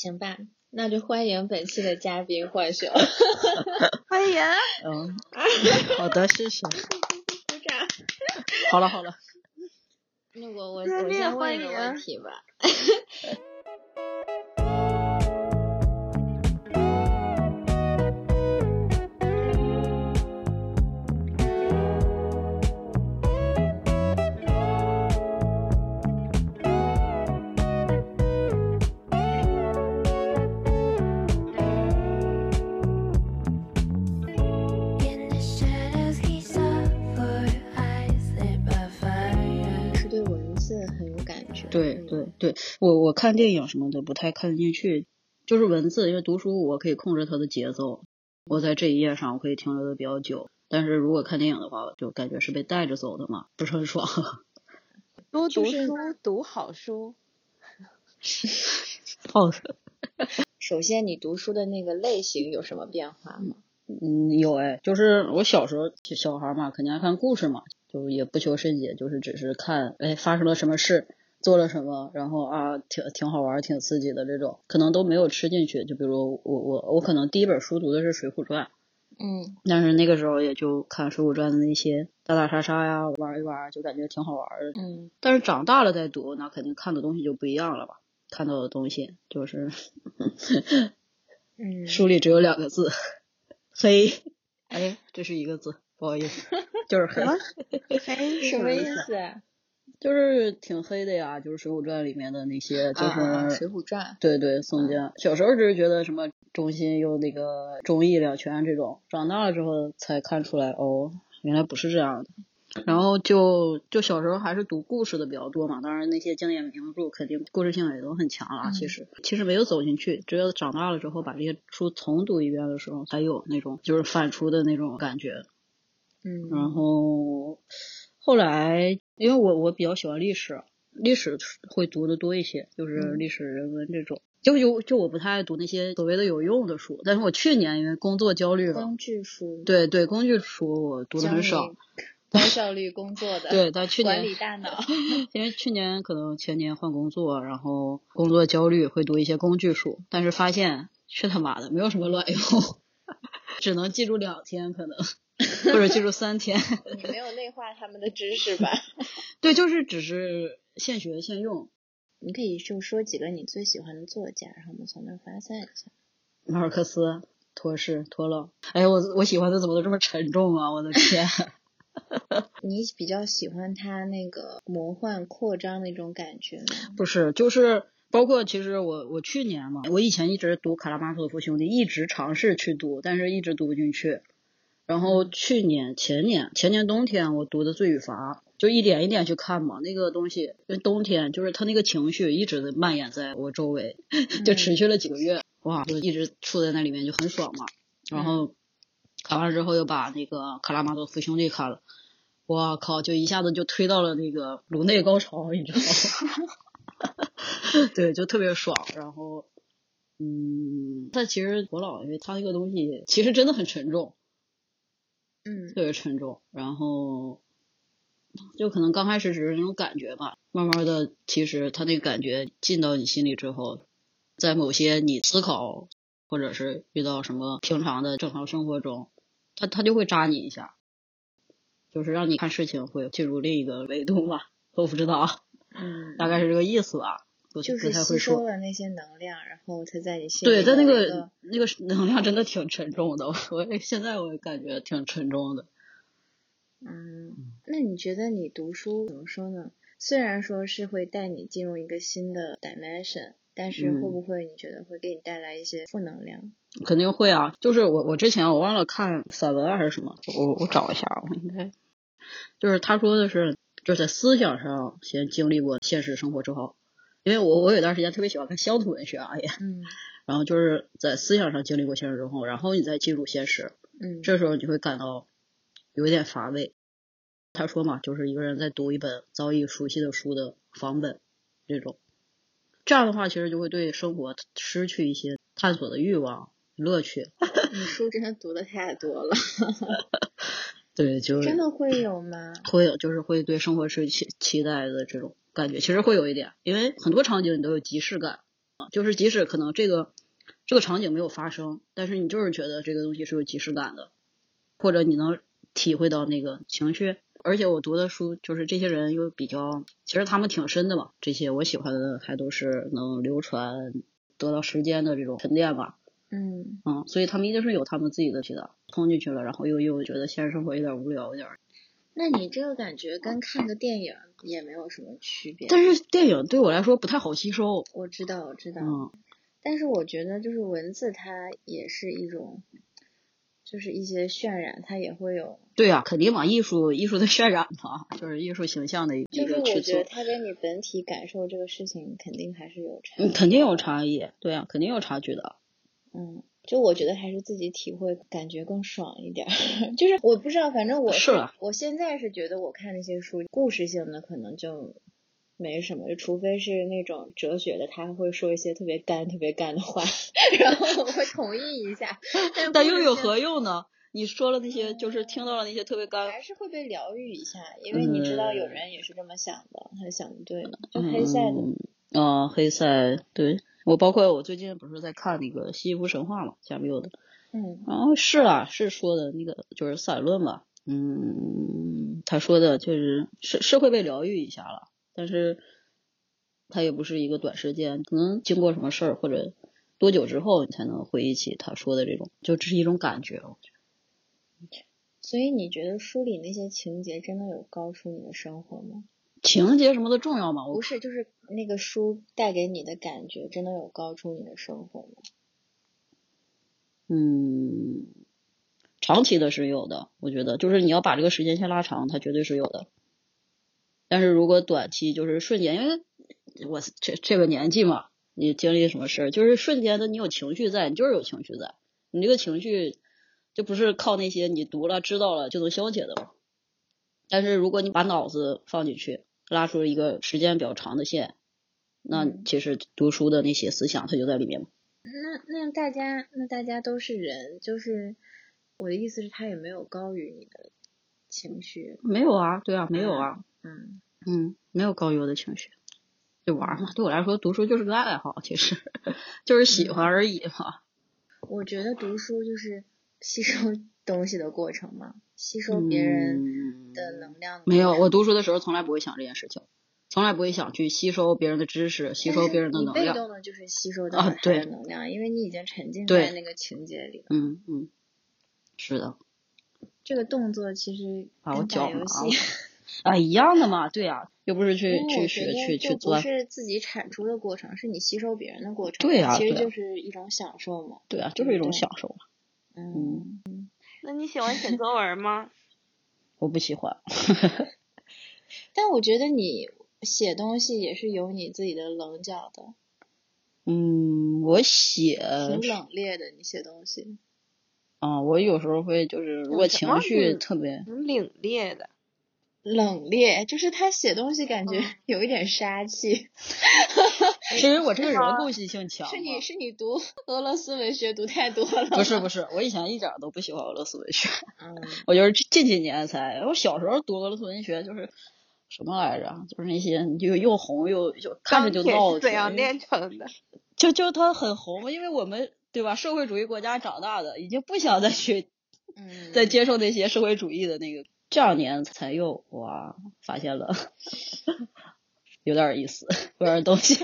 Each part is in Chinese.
行吧，那就欢迎本期的嘉宾浣熊。 欢迎。 好的，谢谢。 鼓掌。 好了。 那我先问一个问题吧。 对，我看电影什么的不太看得进去，就是文字，因为读书我可以控制它的节奏，我在这一页上我可以停留的比较久，但是如果看电影的话，就感觉是被带着走的嘛，不是很爽。 多读书，读好书。 好的。 首先，你读书的那个类型有什么变化吗？ 有就是我小时候小孩嘛，肯定爱看故事嘛，就也不求甚解，就是只是看发生了什么事，做了什么，然后挺好玩挺刺激的这种，可能都没有吃进去。就比如我可能第一本书读的是《水浒传》，但是那个时候也就看《水浒传》的那些打打杀杀呀，玩一玩，就感觉挺好玩的。但是长大了再读，那肯定看的东西就不一样了吧，看到的东西就是书里只有2个字，黑。这是1个字，不好意思，就是黑。 黑什么意思啊？ 就是挺黑的呀，就是《水浒传》里面的那些，就是水浒传。 对，宋江。小时候就是觉得什么忠心又那个忠义两全这种，长大了之后才看出来，原来不是这样的。然后就小时候还是读故事的比较多嘛，当然那些经典名著肯定故事性也都很强了。其实没有走进去，只有长大了之后把这些书重读一遍的时候，才有那种就是反刍的那种感觉。然后后来因为我比较喜欢历史会读的多一些，就是历史人文这种。就我不太爱读那些所谓的有用的书，但是我去年因为工作焦虑了， 工具书。 对，工具书我读的很少。 高效率工作的。 对，但去年管理大脑。 因为去年可能前年换工作，然后工作焦虑会读一些工具书，但是发现去他妈的没有什么卵用，只能记住2天可能，或者记住3天。 你没有内化他们的知识吧？ 对，就是只是现学现用。 你可以就说几个你最喜欢的作家，然后我们从那发散一下。 马尔克斯、托氏、托勒。我喜欢的怎么都这么沉重啊！我的天。 你比较喜欢他那个魔幻扩张那种感觉吗？ 不是，就是包括其实我去年嘛，我以前一直读卡拉马佐夫兄弟，一直尝试去读，但是一直读不进去。然后前年冬天我读的《罪与罚》，就一点一点去看嘛，那个东西因为冬天就是他那个情绪一直蔓延在我周围，就持续了几个月，哇，就一直处在那里面就很爽嘛。然后看完之后又把那个卡拉马佐夫兄弟看了，哇靠，就一下子就推到了那个颅内高潮，你知道吗？对，就特别爽。然后但其实我老因为他那个东西其实真的很沉重，特别沉重。然后就可能刚开始只是那种感觉吧，慢慢的其实他那个感觉进到你心里之后，在某些你思考或者是遇到什么平常的正常生活中，他就会扎你一下，就是让你看事情会进入另一个维度吧，我不知道，大概是这个意思吧。 就是吸收了那些能量，然后它在你心里。 对，但那个能量真的挺沉重的，现在我感觉挺沉重的。 那你觉得你读书怎么说呢？虽然说是会带你进入一个新的 dimension， 但是会不会你觉得会给你带来一些负能量？ 肯定会啊，就是我之前我忘了看散文还是什么，我找一下，我应该就是他说的是就在思想上先经历过现实生活之后，因为我有段时间特别喜欢看乡土文学啊也，然后就是在思想上经历过现实之后，然后你再进入现实，这时候你会感到有点乏味。他说嘛，就是一个人在读一本早已熟悉的书的仿本，这样的话其实就会对生活失去一些探索的欲望乐趣。 你书真的读的太多了。 对，就真的会有吗？ 会有，就是会对生活失去期待的这种感觉，其实会有一点，因为很多场景你都有即视感， 就是即使可能这个场景没有发生，但是你就是觉得这个东西是有即视感的，或者你能体会到那个情绪。而且我读的书就是这些人又比较，其实他们挺深的嘛，这些我喜欢的还都是能流传得到时间的这种沉淀吧。所以他们一定是有他们自己的题的，冲进去了，然后又觉得现实生活有点无聊一点。 那你这个感觉跟看个电影也没有什么区别。 但是电影对我来说不太好吸收。 我知道。但是我觉得就是文字它也是一种，就是一些渲染，它也会有。 对啊，肯定嘛，艺术的渲染嘛，就是艺术形象的一个去做。 就是我觉得它跟你本体感受这个事情肯定还是有差异。 肯定有差异，对啊，肯定有差距的。 就我觉得还是自己体会感觉更爽一点。就是我不知道，反正我现在是觉得我看那些书故事性的可能就没什么，就除非是那种哲学的，他会说一些特别干的话，然后我会同意一下。 但又有何用呢？你说了那些，就是听到了那些特别干， 还是会被疗愈一下，因为你知道有人也是这么想的，他想的对的。就黑塞的， 黑塞，对，我包括我最近不是在看那个西西弗神话嘛，加缪的，然后是说的那个就是散论吧，他说的是会被疗愈一下了，但是他也不是一个短时间，可能经过什么事儿或者多久之后你才能回忆起他说的这种，就只是一种感觉，我觉得。 所以你觉得书里那些情节真的有高出你的生活吗？ 情节什么的重要吗？ 不是，就是那个书带给你的感觉真的有高出你的生活吗？ 长期的是有的，我觉得就是你要把这个时间线拉长，它绝对是有的。但是如果短期就是瞬间，因为我这个年纪嘛，你经历什么事就是瞬间的，你有情绪在，你就是有情绪在，你这个情绪就不是靠那些你读了知道了就能消解的嘛。但是如果你把脑子放进去，拉出一个时间比较长的线，那其实读书的那些思想它就在里面嘛。 那大家都是人，就是我的意思是，他也没有高于你的情绪。 没有啊，对啊，没有啊，没有高于我的情绪，就玩嘛。对我来说，读书就是个爱好，其实就是喜欢而已嘛。 我觉得读书就是吸收东西的过程嘛，吸收别人的能量。 没有，我读书的时候从来不会想这件事情，从来不会想去吸收别人的知识，吸收别人的能量。 你被动的就是吸收到他的能量，因为你已经沉浸在那个情节里了。 是的。 这个动作其实跟打游戏一样的嘛，对啊，又不是去学去做， 不是自己产出的过程，是你吸收别人的过程。 对啊， 其实就是一种享受嘛。 对啊，就是一种享受嘛。 那你喜欢写作文吗？ 我不喜欢。 但我觉得你写东西也是有你自己的棱角的。 我写挺冷冽的，你写东西。 我有时候会就是如果情绪特别冷冽的。 冷冽就是他写东西感觉有一点杀气。 其实我这个人共性性强。 是你读俄罗斯文学读太多了。 不是，我以前一点都不喜欢俄罗斯文学。我就是近几年才，我小时候读俄罗斯文学就是什么来着？就是那些又红又看着就闹。 怎样炼成的？ 就它很红，因为我们对吧？社会主义国家长大的，已经不想再去再接受那些社会主义的那个。这2年才又发现了有点意思，有点东西。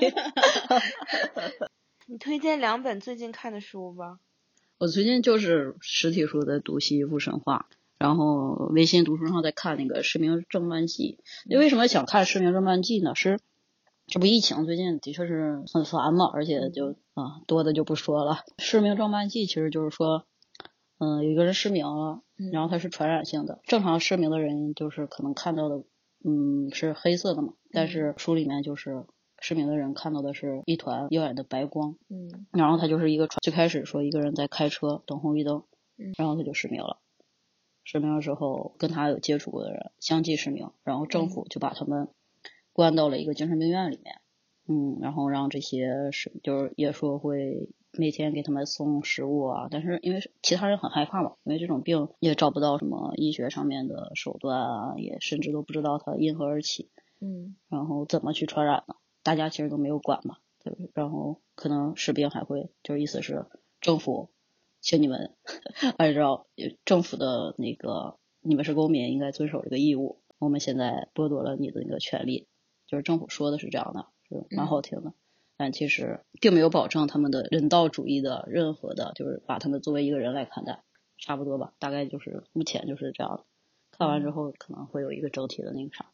你推荐2本最近看的书吧。 我最近就是实体书在读西西弗神话，然后微信读书上在看那个《失明症漫记》。为什么想看《失明症漫记》呢？是这不疫情最近的确是很烦嘛，而且就多的就不说了。《失明症漫记》其实就是说有一个人失明了，然后他是传染性的。正常失明的人就是可能看到的是黑色的嘛，但是书里面就是失明的人看到的是一团耀眼的白光。然后他就是一个最开始说一个人在开车等红绿灯，然后他就失明了。失明的时候跟他有接触过的人相继失明，然后政府就把他们关到了一个精神病院里面。然后让这些就是也说会每天给他们送食物啊，但是因为其他人很害怕嘛，因为这种病也找不到什么医学上面的手段啊，也甚至都不知道它因何而起，然后怎么去传染呢？大家其实都没有管嘛， 然后可能士兵还会就是意思是政府请你们按照政府的那个你们是公民应该遵守这个义务，我们现在剥夺了你的那个权利，就是政府说的是这样的，是蛮好听的，但其实并没有保证他们的人道主义的任何的，就是把他们作为一个人来看待，差不多吧，大概就是目前就是这样的。看完之后可能会有一个整体的那个啥。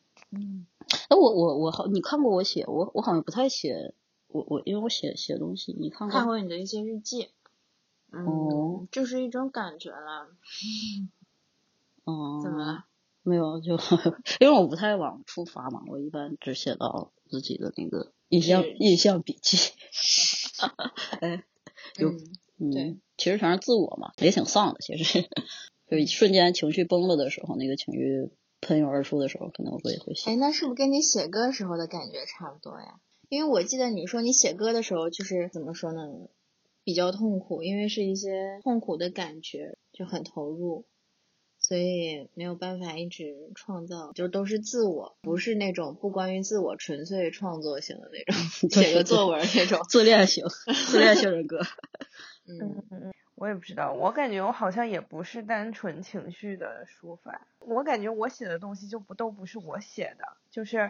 我好，你看过我写，我好像不太写，因为我写东西，你看过你的一些日记，就是一种感觉了。怎么了？ 没有，就因为我不太往出发嘛，我一般只写到自己的那个印象笔记。哎，对，其实全是自我嘛，也挺丧的，其实。就瞬间情绪崩了的时候，那个情绪喷涌而出的时候，可能会写。 哎，那是不是跟你写歌时候的感觉差不多呀？因为我记得你说你写歌的时候，就是怎么说呢，比较痛苦，因为是一些痛苦的感觉，就很投入，所以没有办法一直创造，就都是自我，不是那种不关于自我，纯粹创作型的那种，写个作文那种自恋型人格。 我也不知道，我感觉我好像也不是单纯情绪的抒发，我感觉我写的东西都不是我写的，就是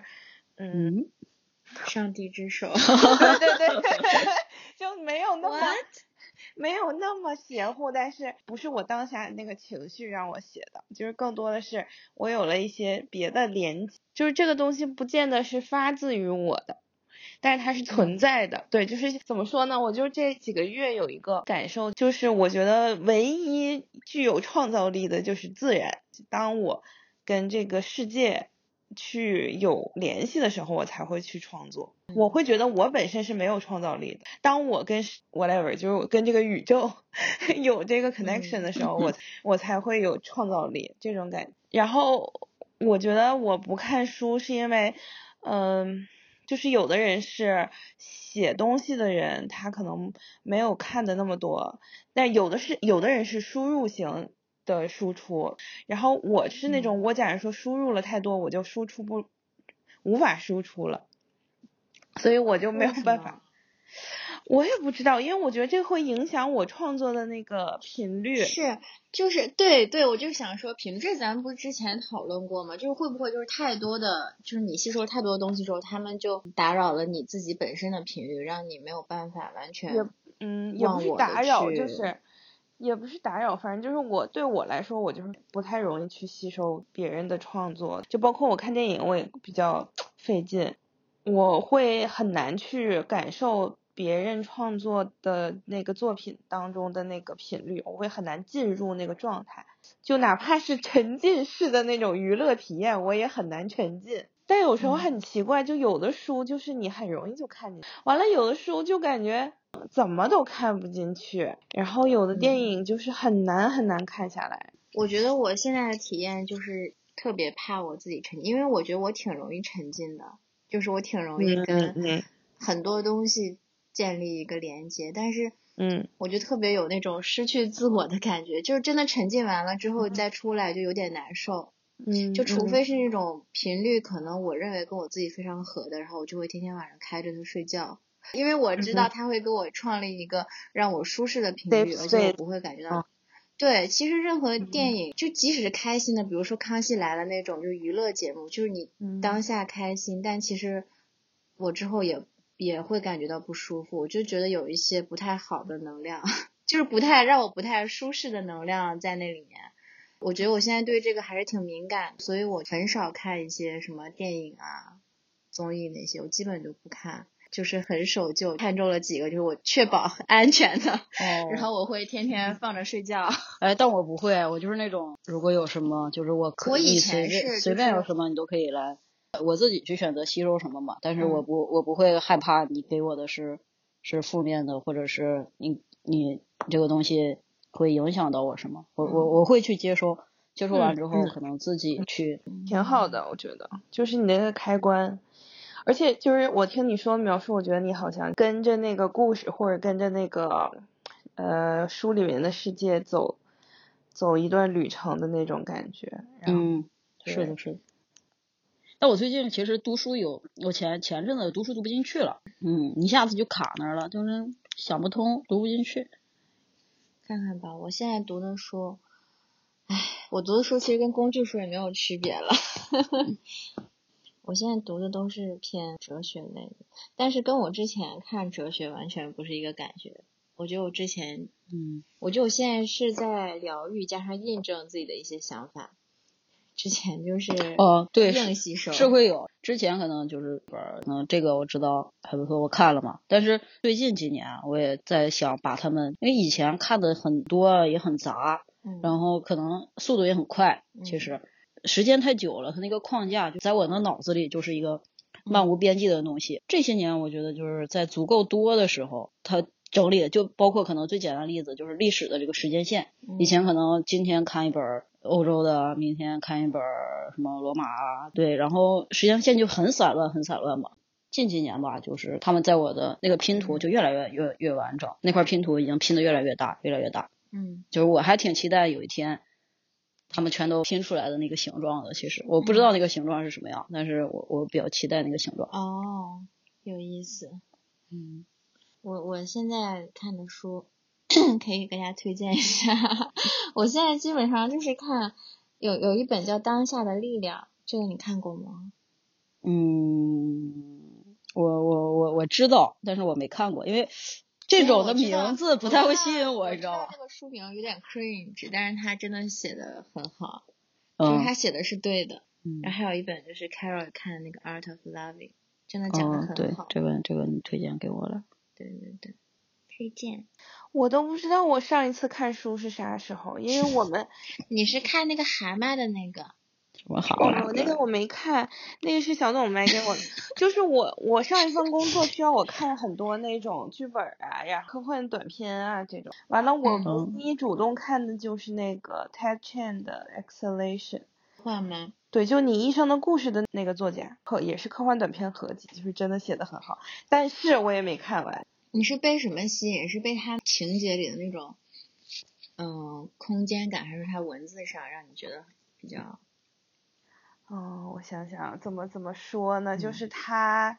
上帝之手。 对，就没有那么邪乎，但是不是我当下那个情绪让我写的，就是更多的是我有了一些别的连接，就是这个东西不见得是发自于我的，但是它是存在的。对，就是怎么说呢，我就这几个月有一个感受，就是我觉得唯一具有创造力的就是自然，当我跟这个世界去有联系的时候，我才会去创作。我会觉得我本身是没有创造力的，当我跟 whatever 就是我跟这个宇宙有这个 connection 的时候，我才会有创造力这种感觉。然后我觉得我不看书是因为就是有的人是写东西的人，他可能没有看的那么多，但有的人是输入型的输出，然后我是那种我假如说输入了太多，我就无法输出了，所以我就没有办法。我也不知道，因为我觉得这会影响我创作的那个频率。 就是对，我就想说频率，咱们不是之前讨论过吗？就是会不会就是太多的，就是你吸收太多的东西之后，他们就打扰了你自己本身的频率，让你没有办法完全也不是打扰，就是也不是打扰，反正就是对我来说，我就是不太容易去吸收别人的创作，就包括我看电影，我也比较费劲，我会很难去感受别人创作的那个作品当中的那个频率，我会很难进入那个状态，就哪怕是沉浸式的那种娱乐体验，我也很难沉浸。但有时候很奇怪，就有的书就是你很容易就看进去，完了有的书就感觉怎么都看不进去，然后有的电影就是很难看下来。 我觉得我现在的体验就是特别怕我自己沉浸，因为我觉得我挺容易沉浸的，就是我挺容易跟很多东西建立一个连接，但是我就特别有那种失去自我的感觉，就是真的沉浸完了之后再出来就有点难受。就除非是那种频率可能我认为跟我自己非常合的，然后我就会天天晚上开着它睡觉，因为我知道它会给我创立一个让我舒适的频率，而且我不会感觉到对，其实任何电影就即使是开心的，比如说康熙来了那种就是娱乐节目，就是你当下开心，但其实我之后也会感觉到不舒服，我就觉得有一些不太好的能量就是让我不太舒适的能量在那里面。我觉得我现在对这个还是挺敏感，所以我很少看一些什么电影啊综艺那些，我基本就不看，就是很守旧，看中了几个就是我确保安全的然后我会天天放着睡觉。 但我不会，我就是那种如果有什么就是我以前是随便有什么你都可以来我自己去选择吸收什么嘛，但是我不会害怕你给我的是负面的，或者是你这个东西会影响到我什么，我会去接收完之后可能自己去挺好的，我觉得就是你那个开关。而且就是我听你说描述，我觉得你好像跟着那个故事或者跟着那个书里面的世界走一段旅程的那种感觉。 是的但我最近其实读书我前阵子读书读不进去了，一下子就卡那儿了，就是想不通，读不进去。 看看吧，我现在读的书，我读的书其实跟工具书也没有区别了。我现在读的都是偏哲学类的，但是跟我之前看哲学完全不是一个感觉。我觉得我之前，我觉得我现在是在疗愈加上印证自己的一些想法。之前就是对， 硬吸收是会有。之前可能就是这个我知道还不错，我看了嘛。但是最近几年我也在想把他们，因为以前看的很多也很杂，然后可能速度也很快，其实时间太久了，它那个框架就在我的脑子里就是一个漫无边际的东西。这些年我觉得就是在足够多的时候，它整理的就包括可能最简单的例子就是历史的这个时间线。以前可能今天看一本欧洲的，明天看一本什么罗马啊，对，然后时间线就很散乱嘛。近几年吧，就是他们在我的那个拼图就越来越完整，那块拼图已经拼得越来越大。就是我还挺期待有一天他们全都拼出来的那个形状的。其实我不知道那个形状是什么样，但是我比较期待那个形状。 有意思。我现在看的书可以给大家推荐一下。我现在基本上就是看有一本叫《当下的力量》，这个你看过吗？ 我知道，但是我没看过，因为这种的名字不太会吸引我，你知道吧？ 那个书名有点 cringe， 但是他真的写的很好，就是他写的是对的。然后还有一本就是 Carol 看的那个 Art of Loving， 真的讲的很好。 对，这个你推荐给我了。 对，推荐。 我都不知道我上一次看书是啥时候，因为你是看那个蛤蟆的那个？ 什么蛤蟆？ 那个我没看，那个是小董买给我的。就是我上一份工作需要我看很多那种剧本呀、科幻短片啊这种。完了，我唯一主动看的就是那个 Ted Chiang 的 Exhalation。 科幻吗？ 对，就你一生的故事的那个作家，也是科幻短片合集，就是真的写的很好，但是我也没看完。 你是被什么吸引？是被他情节里的那种空间感，还是他文字上让你觉得比较？ 我想想怎么说呢？就是他，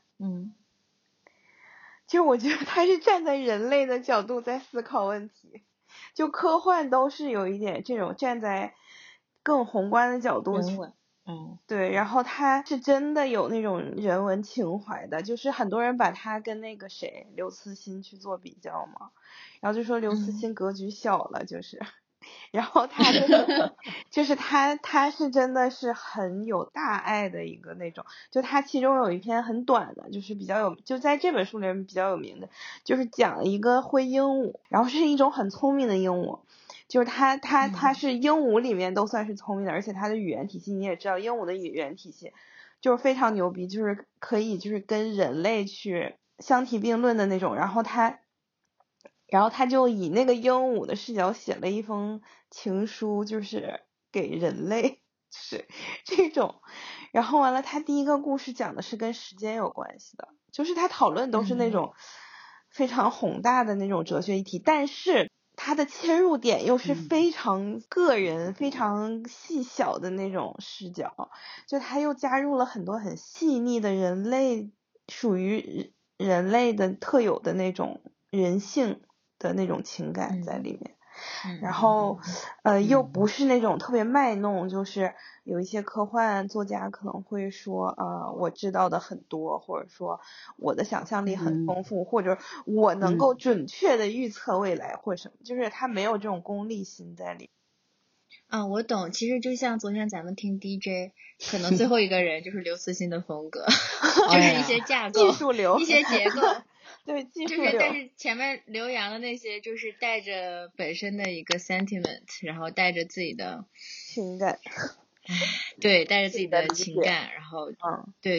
就我觉得他是站在人类的角度在思考问题，就科幻都是有一点这种站在更宏观的角度去。对，然后他是真的有那种人文情怀的，就是很多人把他跟那个谁刘慈欣去做比较嘛，然后就说刘慈欣格局小了，就是，然后他就是他是真的是很有大爱的一个那种，就他其中有一篇很短的，就是就在这本书里面比较有名的，就是讲一个会鹦鹉，然后是一种很聪明的鹦鹉。就是他是鹦鹉里面都算是聪明的，而且他的语言体系你也知道，鹦鹉的语言体系就是非常牛逼，就是可以就是跟人类去相提并论的那种。然后他就以那个鹦鹉的视角写了一封情书，就是给人类，就是这种。然后完了，他第一个故事讲的是跟时间有关系的，就是他讨论都是那种非常宏大的那种哲学议题，但是他的切入点又是非常个人、非常细小的那种视角，就他又加入了很多很细腻的人类属于人类的特有的那种人性的那种情感在里面。然后又不是那种特别卖弄，就是有一些科幻作家可能会说我知道的很多，或者说我的想象力很丰富，或者我能够准确的预测未来或什么，就是他没有这种功利心在里。 我懂，其实就像昨天咱们听 DJ， 可能最后一个人就是刘慈欣的风格，就是一些架构、 技术流、 一些结构。 对，技术流。 就是但是前面刘洋的那些就是带着本身的一个 sentiment， 然后带着自己的情感。 对，带着自己的情感，然后对，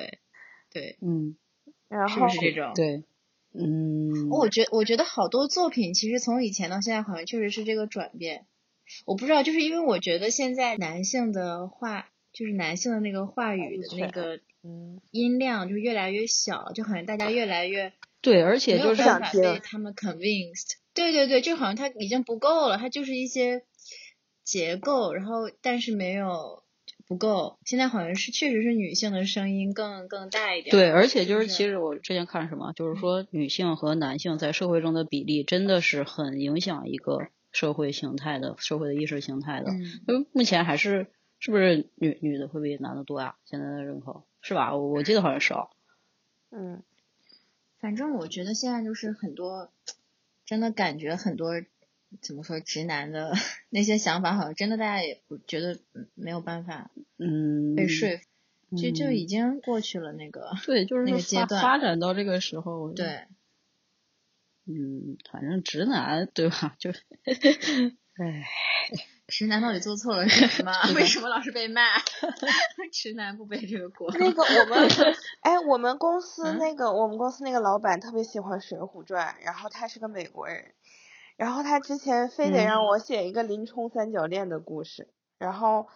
然后是不是这种？ 对， 我觉得好多作品其实从以前到现在好像确实是这个转变。我不知道，就是因为我觉得现在男性的就是男性的那个话语的那个音量就越来越小，就好像大家越来越对，而且就是没有办法被他们 convinced。对，就好像他已经不够了，他就是一些结构，然后但是没有不够，现在好像是确实是女性的声音更大一点。 对，而且就是其实我之前看什么，就是说女性和男性在社会中的比例真的是很影响一个社会形态的社会的意识形态的。目前还是不是女的会比男的多啊？现在的人口是吧？我记得好像少。 反正我觉得现在就是很多，真的感觉很多怎么说直男的那些想法，好像真的大家也不觉得没有办法被说服，就已经过去了那个对，就是那个阶段发展到这个时候。 对， 反正直男对吧？就唉。 直男到底做错了什么？为什么老是被骂？直男不背这个锅。 那个我们公司那个老板特别喜欢《水浒传》，然后他是个美国人，然后他之前非得让我写一个林冲三角恋的故事，然后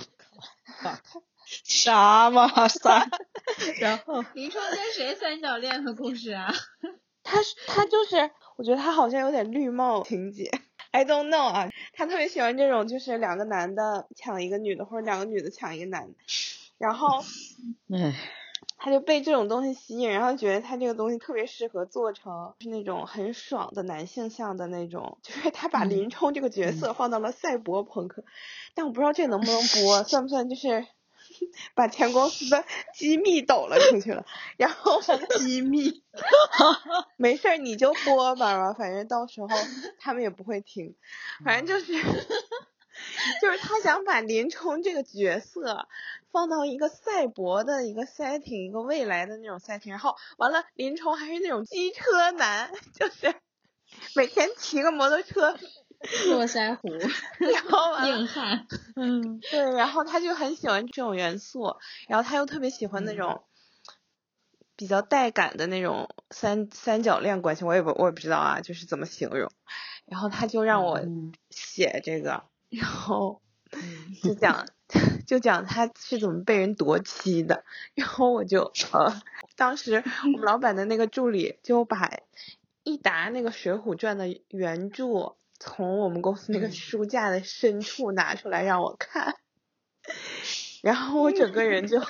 啥嘛然后林冲跟谁三角恋的故事啊？ 他就是我觉得他好像有点绿帽情节。I don't know 啊，他特别喜欢这种，就是两个男的抢一个女的，或者两个女的抢一个男的，然后，他就被这种东西吸引，然后觉得他这个东西特别适合做成是那种很爽的男性向的那种，就是他把林冲这个角色放到了赛博朋克，但我不知道这能不能播，算不算就是把前公司的机密抖了出去了，然后机密没事你就播吧，反正到时候他们也不会听，反正就是他想把林冲这个角色放到一个赛博的一个 setting， 一个未来的那种 setting， 然后完了林冲还是那种机车男，就是每天骑个摩托车络腮胡， 然后硬汉， 对，然后他就很喜欢这种元素，然后他又特别喜欢那种比较带感的那种三角恋关系，我也不知道啊，就是怎么形容，然后他就让我写这个，然后就讲他是怎么被人夺妻的，然后我就当时我们老板的那个助理就把一沓那个《水浒传》的原著从我们公司那个书架的深处拿出来让我看，然后我整个人就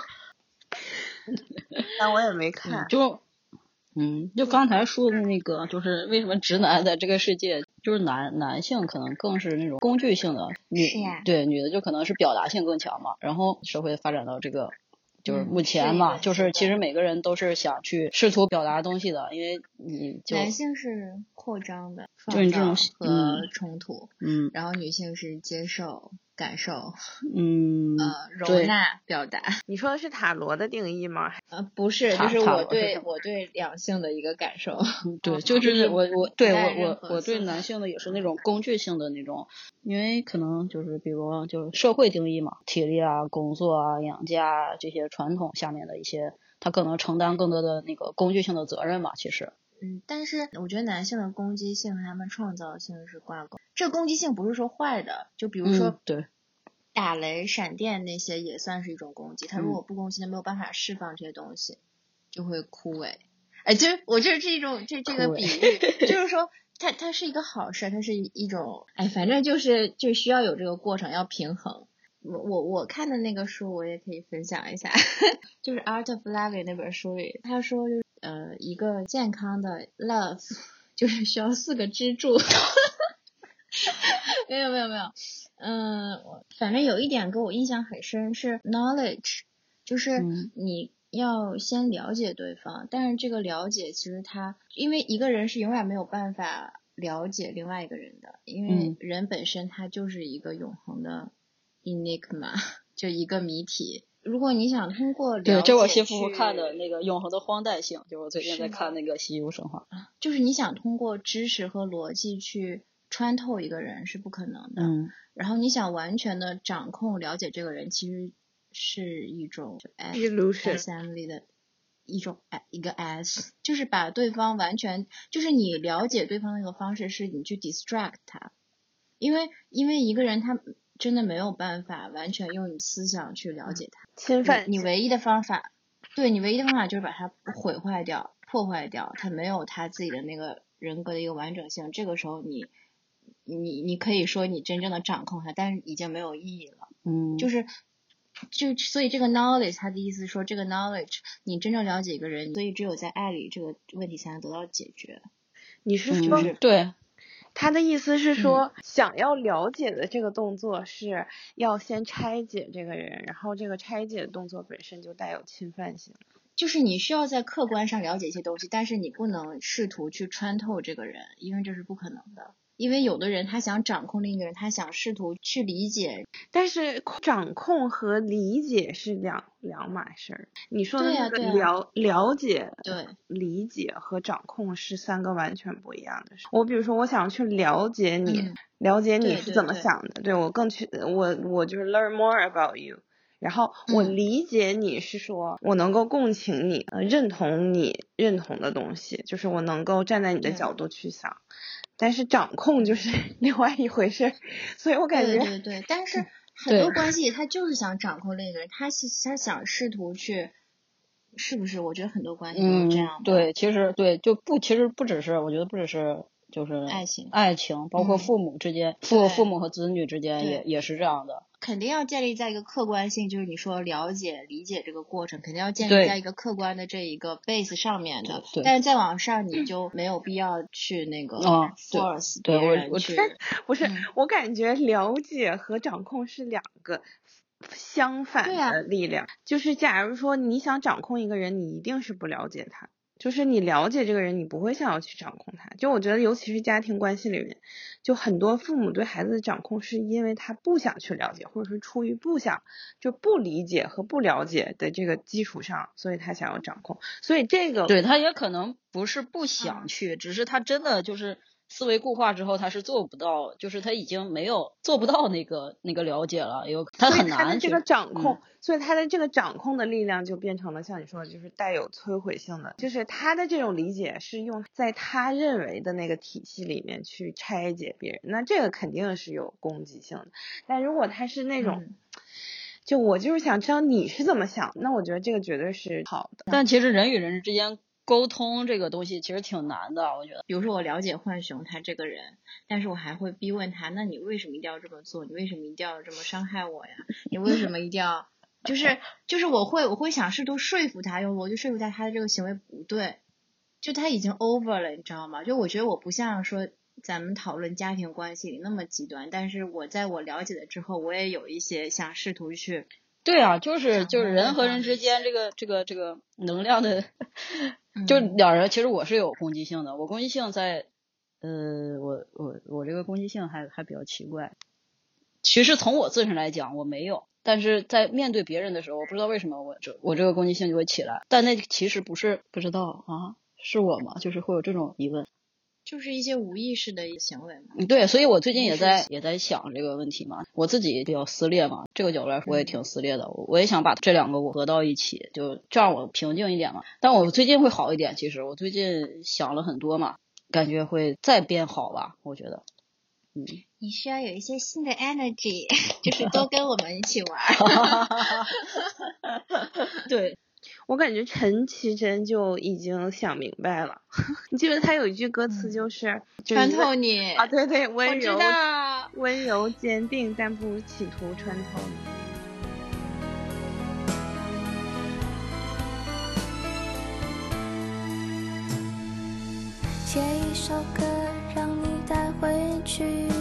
但我也没看。 就刚才说的那个，就是为什么直男在这个世界，就是男性可能更是那种工具性的，对女的就可能是表达性更强嘛。然后社会发展到这个，就是目前嘛，就是其实每个人都是想去试图表达东西的，因为你就男性是扩张的， 就是这种和冲突，然后女性是接受。感受，容纳表达。 你说的是塔罗的定义吗？ 不是，就是我对两性的一个感受。 对，就是我对男性的也是那种工具性的那种，因为可能就是比如就是社会定义嘛，体力啊、工作啊、养家这些传统下面的一些，他可能承担更多的那个工具性的责任嘛，其实。 但是我觉得男性的攻击性和他们创造性是挂钩。这攻击性不是说坏的，就比如说对打雷、闪电那些也算是一种攻击。他如果不攻击，他没有办法释放这些东西，就会枯萎。就是我这是一种这个比喻，就是说它是一个好事，它是一种反正就需要有这个过程，要平衡。我看的那个书我也可以分享一下，就是《Art of Loving》那本书里，他说一个健康的 love 就是需要4个支柱。没有，反正有一点给我印象很深是 knowledge， 就是你要先了解对方，但是这个了解其实因为一个人是永远没有办法了解另外一个人的，因为人本身他就是一个永恒的 enigma， 就一个谜题。如果你想通过了解， 对，这我新夫妇看的那个《永恒的荒诞性》，就是我最近在看那个《西游神话》， 就是你想通过知识和逻辑去穿透一个人是不可能的，然后你想完全的掌控了解这个人，其实是一种 assembly 的一个 S， 就是把对方完全，就是你了解对方的那个方式是你去 distract 他，因为一个人他真的没有办法完全用你思想去了解他， 侵犯你唯一的方法就是把他毁坏掉、破坏掉，他没有他自己的那个人格的一个完整性。这个时候你可以说你真正的掌控他，但是已经没有意义了。就是所以这个 knowledge 他的意思是说，这个 knowledge 你真正了解一个人，所以只有在爱里这个问题才能得到解决。 你是说对， 他的意思是说，想要了解的这个动作是要先拆解这个人，然后这个拆解的动作本身就带有侵犯性。 就是你需要在客观上了解一些东西，但是你不能试图去穿透这个人，因为这是不可能的。因为有的人他想掌控另一个人，他想试图去理解， 但是掌控和理解是两码事儿。你说的那个了解、 对， 理解和掌控是三个完全不一样的事。我比如说，我想去了解你，了解你是怎么想的，对我就是 learn more about you。然后我理解你是说，我能够共情你，认同你认同的东西，就是我能够站在你的角度去想。但是掌控就是另外一回事，所以我感觉对，但是很多关系他就是想掌控另一个人，他想试图去，是不是？我觉得很多关系都是这样的。 对，其实不只是，我觉得不只是就是爱情，包括父母之间，父母和子女之间也是这样的。 肯定要建立在一个客观性，就是你说了解理解这个过程，肯定要建立在一个客观的这一个 base 上面的。但是再往上你就没有必要去那个 force 别人去。 不是，我感觉了解和掌控是两个相反的力量。就是假如说你想掌控一个人，你一定是不了解他。就是你了解这个人，你不会想要去掌控他。就我觉得尤其是家庭关系里面，就很多父母对孩子的掌控是因为他不想去了解，或者是出于不理解和不了解的这个基础上，所以他想要掌控。所以这个对，他也可能不是不想去，只是他真的就是思维固化之后他是做不到，就是他已经做不到那个了解了，他很难。 所以他的这个掌控，所以他的这个掌控的力量就变成了像你说的，就是带有摧毁性的，就是他的这种理解是用在他认为的那个体系里面去拆解别人，那这个肯定是有攻击性的。但如果他是那种就我就是想知道你是怎么想，那我觉得这个绝对是好的。 但其实人与人之间沟通这个东西其实挺难的，我觉得。 比如说我了解浣熊他这个人，但是我还会逼问他，那你为什么一定要这么做？你为什么一定要这么伤害我呀？你为什么一定要就是我会想试图说服他，用逻辑说服他的这个行为不对，就他已经 over 了，你知道吗？就我觉得我不像说咱们讨论家庭关系里那么极端，但是我在我了解了之后，我也有一些想试图去。 对啊，就是人和人之间这个能量的，就两人其实我是有攻击性的，我攻击性在我这个攻击性还比较奇怪。其实从我自身来讲我没有，但是在面对别人的时候，我不知道为什么我这个攻击性就会起来，但那其实不知道啊，是我吗？就是会有这种疑问。 就是一些无意识的行为嘛。 对，所以我最近也在想这个问题嘛。我自己比较撕裂嘛，这个角度来说我也挺撕裂的。我也想把这两个我合到一起，就这样我平静一点嘛。但我最近会好一点，其实我最近想了很多嘛，感觉会再变好吧，我觉得。 你需要有一些新的 energy， 就是多跟我们一起玩。 对。 我感觉陈绮贞就已经想明白了。你记得他有一句歌词就是穿透你啊，对，温柔坚定，但不企图穿透你。 写一首歌让你带回去，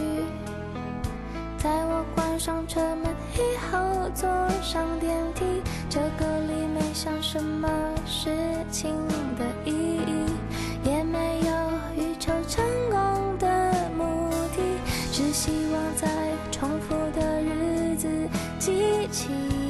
在我关上车门以后坐上电梯，这歌里没想什么事情的意义，也没有欲求成功的目的，只希望在重复的日子激情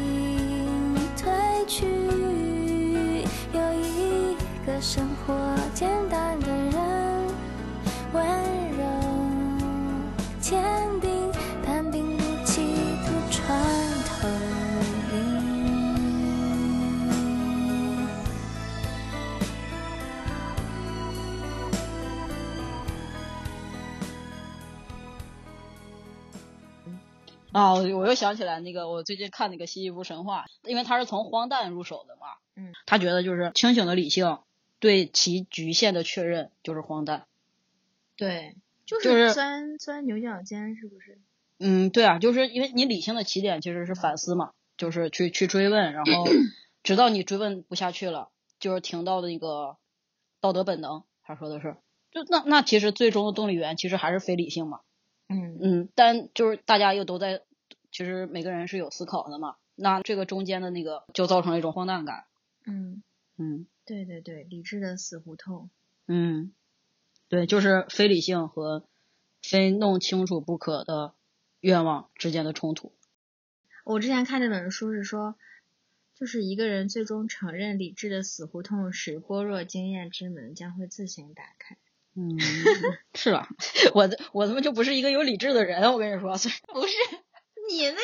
褪去，有一个生活简单的人，温柔坚定，但并不企图穿透你。 啊，我又想起来那个我最近看那个西西弗神话，因为他是从荒诞入手的嘛，他觉得就是清醒的理性对其局限的确认就是荒诞。 对，就是钻牛角尖，是不是？ 对啊，就是因为你理性的起点其实是反思嘛， 就是去追问，然后直到你追问不下去了，就是停到的那个道德本能，他说的是，就那其实最终的动力源其实还是非理性嘛。但就是大家又都在，其实每个人是有思考的嘛，那这个中间的那个就造成了一种荒诞感。 对对对，理智的死胡同。 对，就是非理性和非弄清楚不可的愿望之间的冲突。 我之前看这本书是说，就是一个人最终承认理智的死胡同时，般若经验之门将会自行打开。 是吧？我他妈就不是一个有理智的人，我跟你说。 不是你那个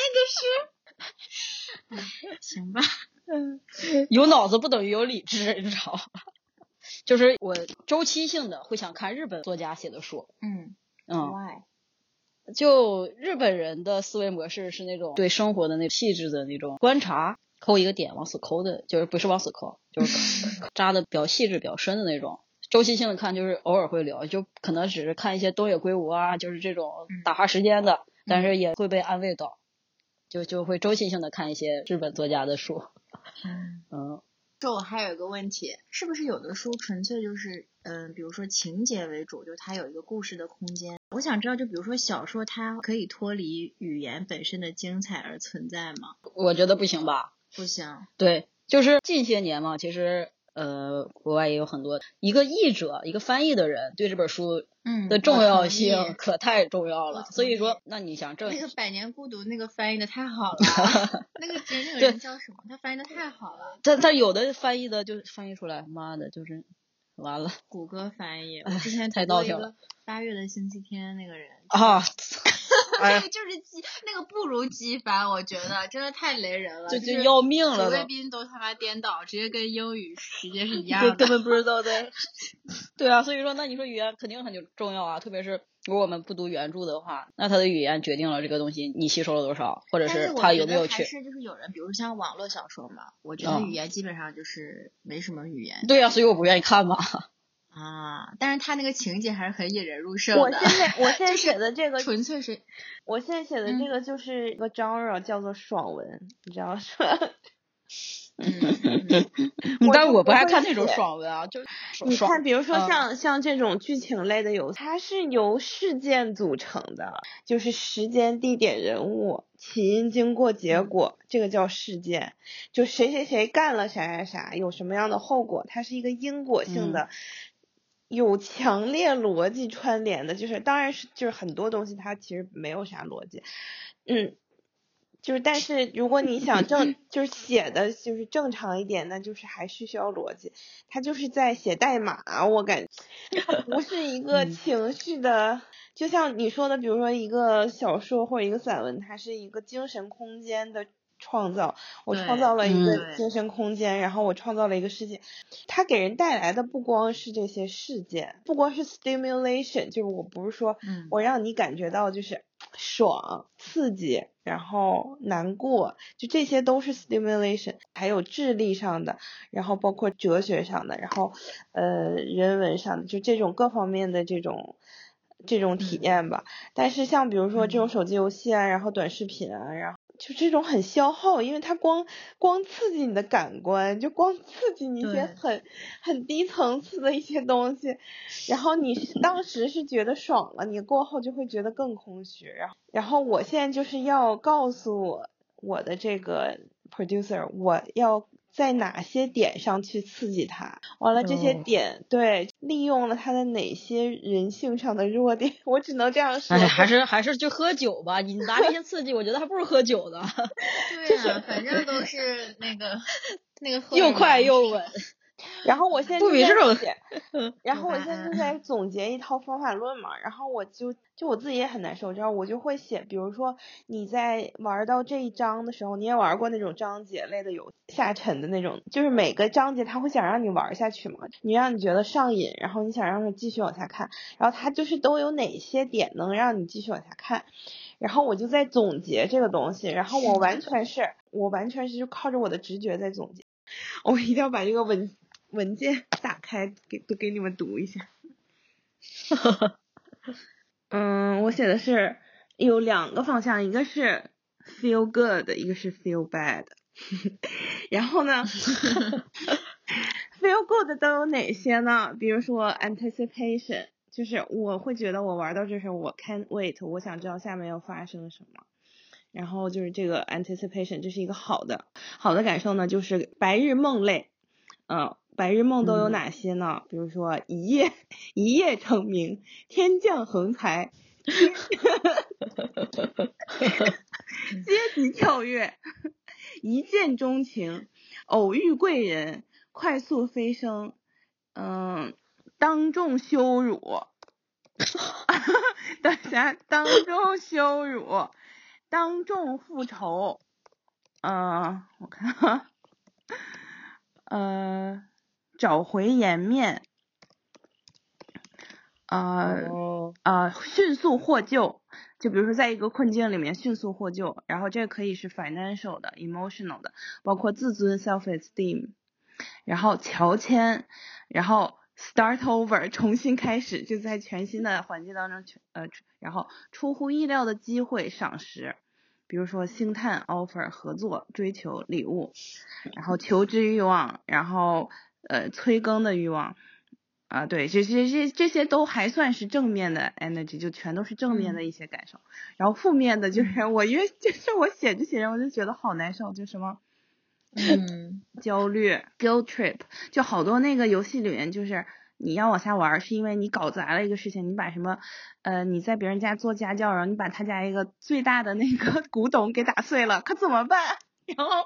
是行吧。 有脑子不等于有理智，你知道吗？就是我周期性的会想看日本作家写的书。 Why？ 就日本人的思维模式是那种对生活的那细致的那种观察，抠一个点往死抠的，就是不是往死抠，就是扎的比较细致比较深的那种。周期性的看就是偶尔会聊，就可能只是看一些东野圭吾啊，就是这种打发时间的，但是也会被安慰到，就会周期性的看一些日本作家的书。 我还有一个问题，是不是有的书纯粹就是比如说情节为主，就它有一个故事的空间。我想知道，就比如说小说它可以脱离语言本身的精彩而存在吗？ 我觉得不行吧。 不行。 对，就是近些年嘛，其实国外也有很多，一个译者一个翻译的人对这本书的重要性可太重要了。所以说那你想那个百年孤独那个翻译的太好了。那个人叫什么？他翻译的太好了。 他有的翻译的就翻译出来，妈的就是完了。 谷歌翻译。我之前读过一个8月的星期天那个人那个就是那个不如机翻，我觉得真的太雷人了， 就要命了。 主谓宾都他妈颠倒，直接跟英语直接是一样的， 根本不知道的。对啊，所以说那你说语言肯定很重要啊，特别是如果我们不读原著的话，那他的语言决定了这个东西你吸收了多少，或者是他有没有去。 还是就是有人，比如像网络小说嘛，我觉得语言基本上就是没什么语言。 对啊，所以我不愿意看嘛。 但是他那个情节还是很引人入胜的。 我现在写的这个纯粹是， 我现在写的这个就是一个 genre 叫做爽文，你知道是吧？ 但我不爱看那种爽文啊，就你看，比如说像这种剧情类的它是由事件组成的，就是时间、地点、人物、起因、经过、结果，这个叫事件。就谁干了啥，有什么样的后果，它是一个因果性的。有强烈逻辑串联的，就是当然是就是很多东西它其实没有啥逻辑，就是但是如果你想就是写的就是正常一点，那就是还是需要逻辑。它就是在写代码，我感觉它不是一个情绪的，就像你说的，比如说一个小说或者一个散文，它是一个精神空间的创造，我创造了一个精神空间，然后我创造了一个世界。它给人带来的不光是这些事件，不光是 stimulation， 就是我不是说我让你感觉到就是爽、刺激，然后难过，就这些都是 stimulation， 还有智力上的，然后包括哲学上的，然后人文上的，就这种各方面的这种体验吧。但是像比如说这种手机游戏啊，然后短视频啊，然后就这种很消耗，因为它光刺激你的感官，就光刺激你一些很低层次的一些东西，然后你当时是觉得爽了，你过后就会觉得更空虚。然后我现在就是要告诉我的这个 producer， 我要在哪些点上去刺激他，完了这些点对利用了他的哪些人性上的弱点，我只能这样说。 还是去喝酒吧，你拿这些刺激我觉得还不如喝酒呢。 对啊，反正都是那个又快又稳。 然后我现在不比这种然后我现在就在总结一套方法论嘛，然后我就我自己也很难受，这样我就会写，比如说你在玩到这一章的时候，你也玩过那种章节类的有下沉的那种，就是每个章节他会想让你玩下去嘛，你让你觉得上瘾，然后你想让你继续往下看，然后他就是都有哪些点能让你继续往下看，然后我就在总结这个东西，然后我完全是就靠着我的直觉在总结。我一定要把这个文件打开给你们读一下。我写的是有2个方向，一个是 feel good， 一个是 feel bad。然后呢feel good 都有哪些呢？比如说 anticipation， 就是我会觉得我玩到这时候我 can't wait， 我想知道下面要发生什么。然后就是这个 anticipation， 这是一个好的感受呢，就是白日梦类。白日梦都有哪些呢？比如说一夜成名，天降横财，阶级跳跃，一见钟情，偶遇贵人，快速飞升，当众羞辱，等下，当众羞辱，当众复仇，我看找回颜面，迅速获救，就比如说在一个困境里面迅速获救，然后这个可以是 financial 的 emotional 的，包括自尊 self esteem， 然后乔迁，然后 start over 重新开始，就在全新的环境当中然后出乎意料的机会赏识，比如说星探 offer 合作追求礼物，然后求知欲望，然后催更的欲望对，这些都还算是正面的 energy， 就全都是正面的一些感受。然后负面的就是因为就是我写着写着我就觉得好难受，就什么焦虑 guilt trip， 就好多那个游戏里面就是你要往下玩是因为你搞砸了一个事情，你把什么你在别人家做家教，然后你把他家一个最大的那个古董给打碎了，可怎么办？然后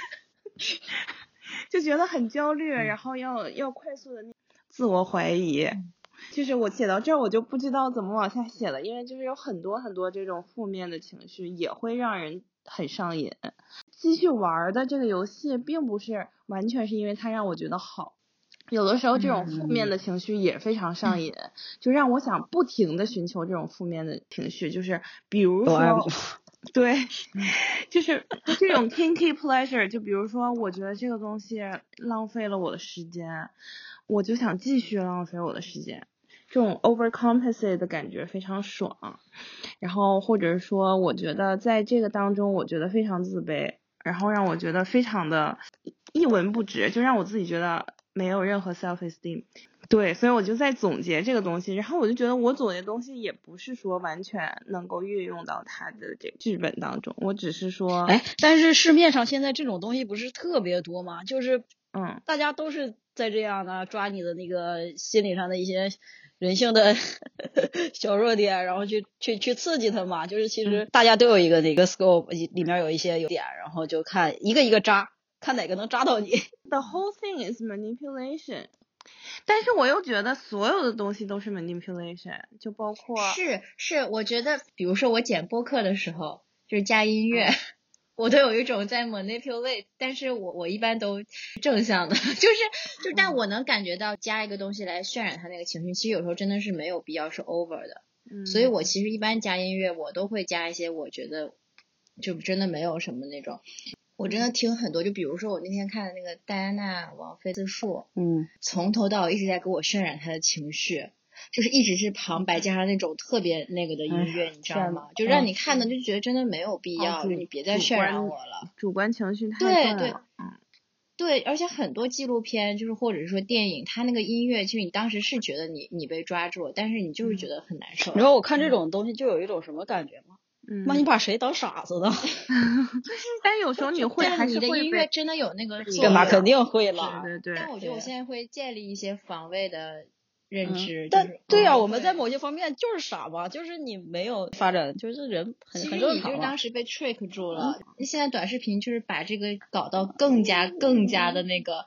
就觉得很焦虑，然后要快速的自我怀疑。就是我写到这儿我就不知道怎么往下写了，因为就是有很多很多这种负面的情绪也会让人很上瘾。继续玩的这个游戏并不是完全是因为它让我觉得好，有的时候这种负面的情绪也非常上瘾，就让我想不停的寻求这种负面的情绪，就是比如说对，就是这种 kinky pleasure， 就比如说我觉得这个东西浪费了我的时间，我就想继续浪费我的时间，这种 overcompensate 的感觉非常爽。然后或者说我觉得在这个当中我觉得非常自卑，然后让我觉得非常的一文不值，就让我自己觉得没有任何 self esteem。对，所以我就在总结这个东西，然后我就觉得我总结的东西也不是说完全能够运用到它的这个剧本当中，我只是说但是市面上现在这种东西不是特别多吗？就是大家都是在这样的抓你的那个心理上的一些人性的小弱点，然后去刺激它嘛。就是其实大家都有一个那个 scope， 里面有一些点，然后就看一个一个扎，看哪个能扎到你。 The whole thing is manipulation。但是我又觉得所有的东西都是 manipulation， 就包括是我觉得比如说我剪播客的时候就是加音乐，我都有一种在 manipulate， 但是我一般都正向的，就是但我能感觉到加一个东西来渲染它那个情绪，其实有时候真的是没有必要是 over 的，所以我其实一般加音乐我都会加一些我觉得就真的没有什么那种。我真的听很多，就比如说我那天看的那个戴安娜王妃自述，从头到尾一直在给我渲染她的情绪，就是一直是旁白加上那种特别那个的音乐，你知道吗？就让你看的就觉得真的没有必要，你别再渲染我了。 主观情绪太重了。 对，而且很多纪录片就是或者是说电影，它那个音乐其实你当时是觉得你被抓住了，但是你就是觉得很难受。 你知道我看这种东西就有一种什么感觉吗？妈，你把谁当傻子呢？ 但有时候你会还是会你的音乐真的有那个对吧？肯定会了。 对。 但我觉得我现在会建立一些防卫的认知。 但对啊，我们在某些方面就是傻嘛，就是你没有发展，就是人很正常。其实你就是当时被 trick 住了。现在短视频就是把这个搞到更加的那个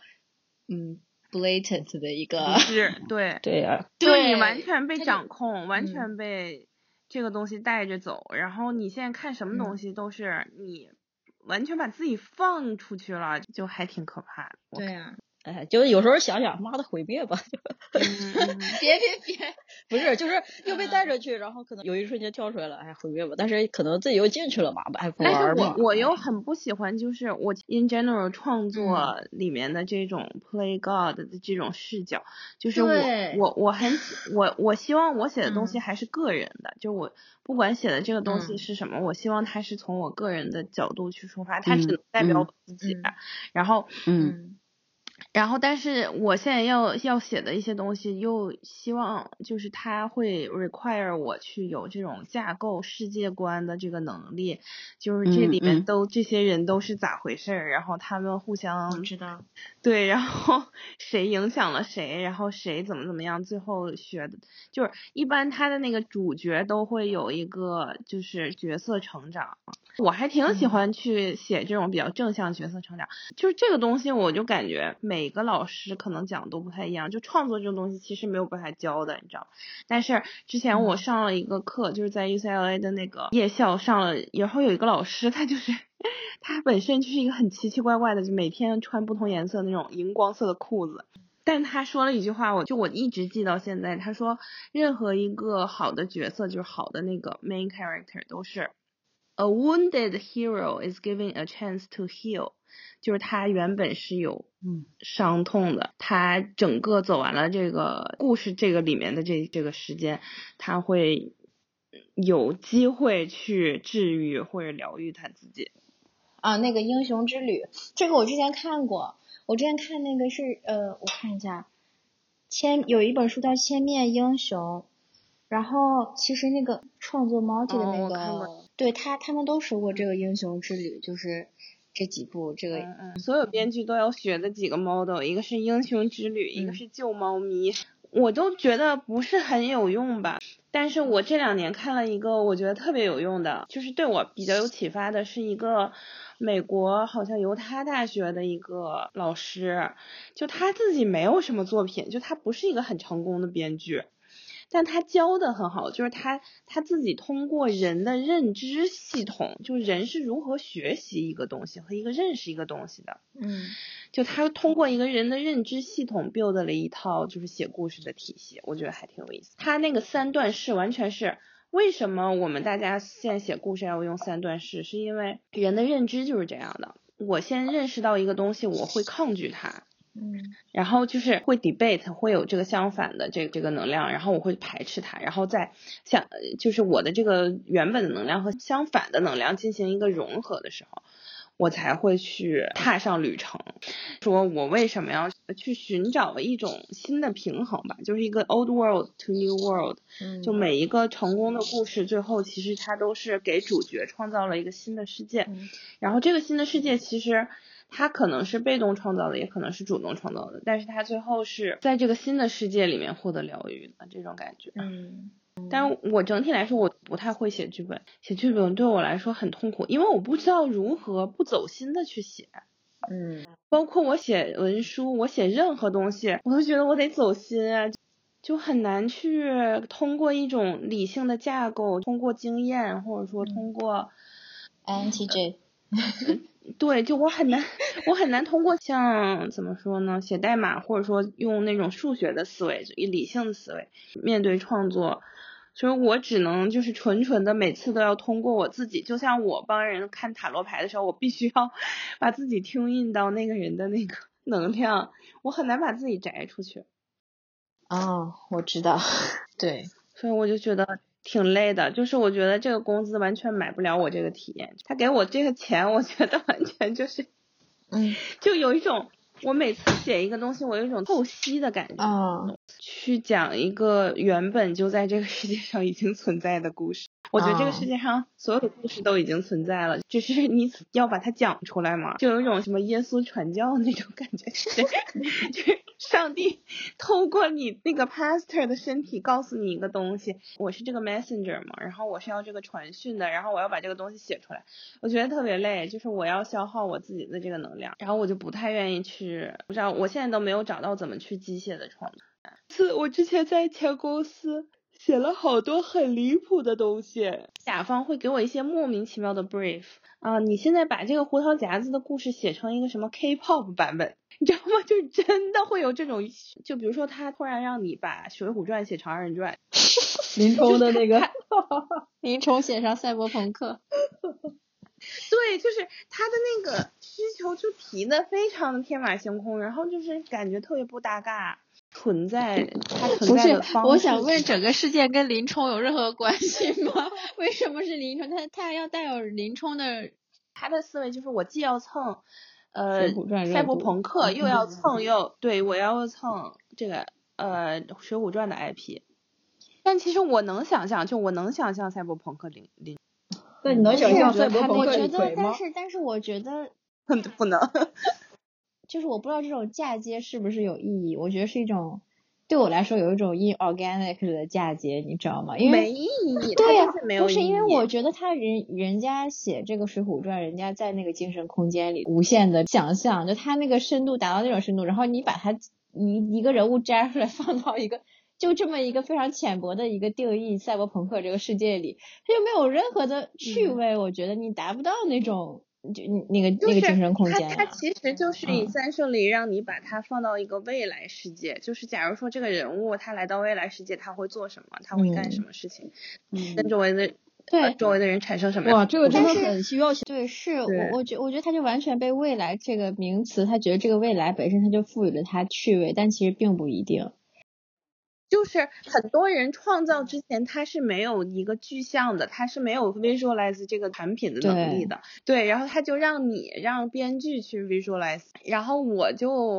blatant 的一个对啊， 对，你完全被掌控，完全被这个东西带着走，然后你现在看什么东西都是你完全把自己放出去了，就还挺可怕的。 对啊， 就是有时候想想，妈的毁灭吧！ 别， 不是，就是又被带着去，然后可能有一瞬间跳出来了，哎，毁灭吧，但是可能自己又进去了嘛，哎，不玩嘛。 但是我又很不喜欢，就是我 in general 创作里面的这种 play God 的这种视角，就是我希望我写的东西还是个人的，就我不管写的这个东西是什么，我希望它是从我个人的角度去出发，它只能代表我自己，然后但是我现在要写的一些东西又希望就是它会 require 我去有这种架构世界观的这个能力，就是这里面这些人都是咋回事，然后他们互相我知道， 对，然后谁影响了谁，然后谁怎么样，最后学的就是一般他的那个主角都会有一个就是角色成长，我还挺喜欢去写这种比较正向角色成长，就是这个东西我就感觉每个老师可能讲都不太一样，就创作这种东西其实没有办法教的，你知道，但是之前我上了一个课，就是在 UCLA 的那个夜校上了，然后有一个老师他就是他本身就是一个很奇奇怪怪的，就每天穿不同颜色那种荧光色的裤子，但他说了一句话，我一直记到现在，他说任何一个好的角色，就是好的那个 main character 都是 a wounded hero is given a chance to heal， 就是他原本是有伤痛的，他整个走完了这个故事这个里面的这个时间，他会有机会去治愈或者疗愈他自己。 啊，那个英雄之旅，这个我之前看过，我之前看那个是我看一下，有一本书叫《千面英雄》，然后其实那个创作 Multi 的那个，对他们都说过这个英雄之旅，就是这几部这个所有编剧都要学的几个 model， 一个是英雄之旅，一个是救猫咪，我都觉得不是很有用吧。但是我这2年看了一个我觉得特别有用的，就是对我比较有启发的，是一个美国好像犹他大学的一个老师，就他自己没有什么作品，就他不是一个很成功的编剧，但他教的很好，就是他自己通过人的认知系统，就是人是如何学习一个东西和认识一个东西的，就他通过一个人的认知系统 build 了一套就是写故事的体系，我觉得还挺有意思。他那个3段式完全是为什么我们大家现在写故事要用3段式，是因为人的认知就是这样的，我先认识到一个东西，我会抗拒它，然后就是会 debate， 会有这个相反的这个能量，然后我会排斥它，然后再就是我的这个原本的能量和相反的能量进行一个融合的时候，我才会去踏上旅程，说我为什么要去寻找一种新的平衡吧，就是一个 old world to new world，就每一个成功的故事最后其实它都是给主角创造了一个新的世界，然后这个新的世界其实它可能是被动创造的，也可能是主动创造的，但是它最后是在这个新的世界里面获得疗愈的这种感觉。但我整体来说我不太会写剧本，写剧本对我来说很痛苦，因为我不知道如何不走心的去写。包括我写文书，我写任何东西我都觉得我得走心啊，就很难去通过一种理性的架构，通过经验或者说通过 INTJ 对，就我很难通过像怎么说呢，写代码或者说用那种数学的思维理性的思维面对创作，所以我只能就是纯的每次都要通过我自己，就像我帮人看塔罗牌的时候，我必须要把自己tune in到那个人的那个能量，我很难把自己摘出去。 我知道对， 所以我就觉得挺累的，就是我觉得这个工资完全买不了我这个体验，他给我这个钱我觉得完全就是就有一种我每次写一个东西我有一种透析的感觉，去讲一个原本就在这个世界上已经存在的故事，我觉得这个世界上所有的故事都已经存在了，只是你要把它讲出来嘛，就有一种什么耶稣传教那种感觉就是上帝透过你那个 pastor 的身体告诉你一个东西，我是这个 messenger 嘛，然后我是要这个传讯的，然后我要把这个东西写出来，我觉得特别累，就是我要消耗我自己的这个能量，然后我就不太愿意去，不知道我现在都没有找到怎么去机械的创作。我之前在前公司写了好多很离谱的东西，甲方会给我一些莫名其妙的 brief，你现在把这个胡桃夹子的故事写成一个什么 K-pop 版本， 你知道吗？就真的会有这种，就比如说他突然让你把《水浒传》写成2人传， 林冲的那个林冲写上赛博朋克。 对，就是他的那个需求就提的非常的天马行空，然后就是感觉特别不搭嘎。他存在的方式。 不是，我想问，整个事件跟林冲有任何关系吗？为什么是林冲？他要带有林冲的， 他的思维就是我既要蹭赛博朋克，又要蹭对，我要蹭这个水浒传的 IP。但其实我能想象，就我能想象赛博朋克林。 那你能想象赛博朋克李逵吗？ 我觉得， 但是我觉得不能。 就是我不知道这种嫁接是不是有意义，我觉得是一种，对我来说有一种 inorganic 的嫁接，你知道吗？因为没意义。 对呀， 不是因为我觉得人家写这个水浒传，人家在那个精神空间里无限的想象，就他那个深度达到那种深度，然后你把他一个人物摘出来放到一个就这么一个非常浅薄的一个定义赛博朋克这个世界里，它就没有任何的趣味，我觉得你达不到那种就那个精神空间。 它其实就是以三胜里让你把它放到一个未来世界，就是假如说这个人物他来到未来世界，他会做什么，他会干什么事情，跟周围的人产生什么。 哇，这个真的很需要。 对，是我觉得他就完全被未来这个名词，他觉得这个未来本身他就赋予了他趣味，但其实并不一定。 就是很多人创造之前他是没有一个具象的，他是没有 visualize 这个产品的能力的。对，然后他就让编剧去 visualize， 然后我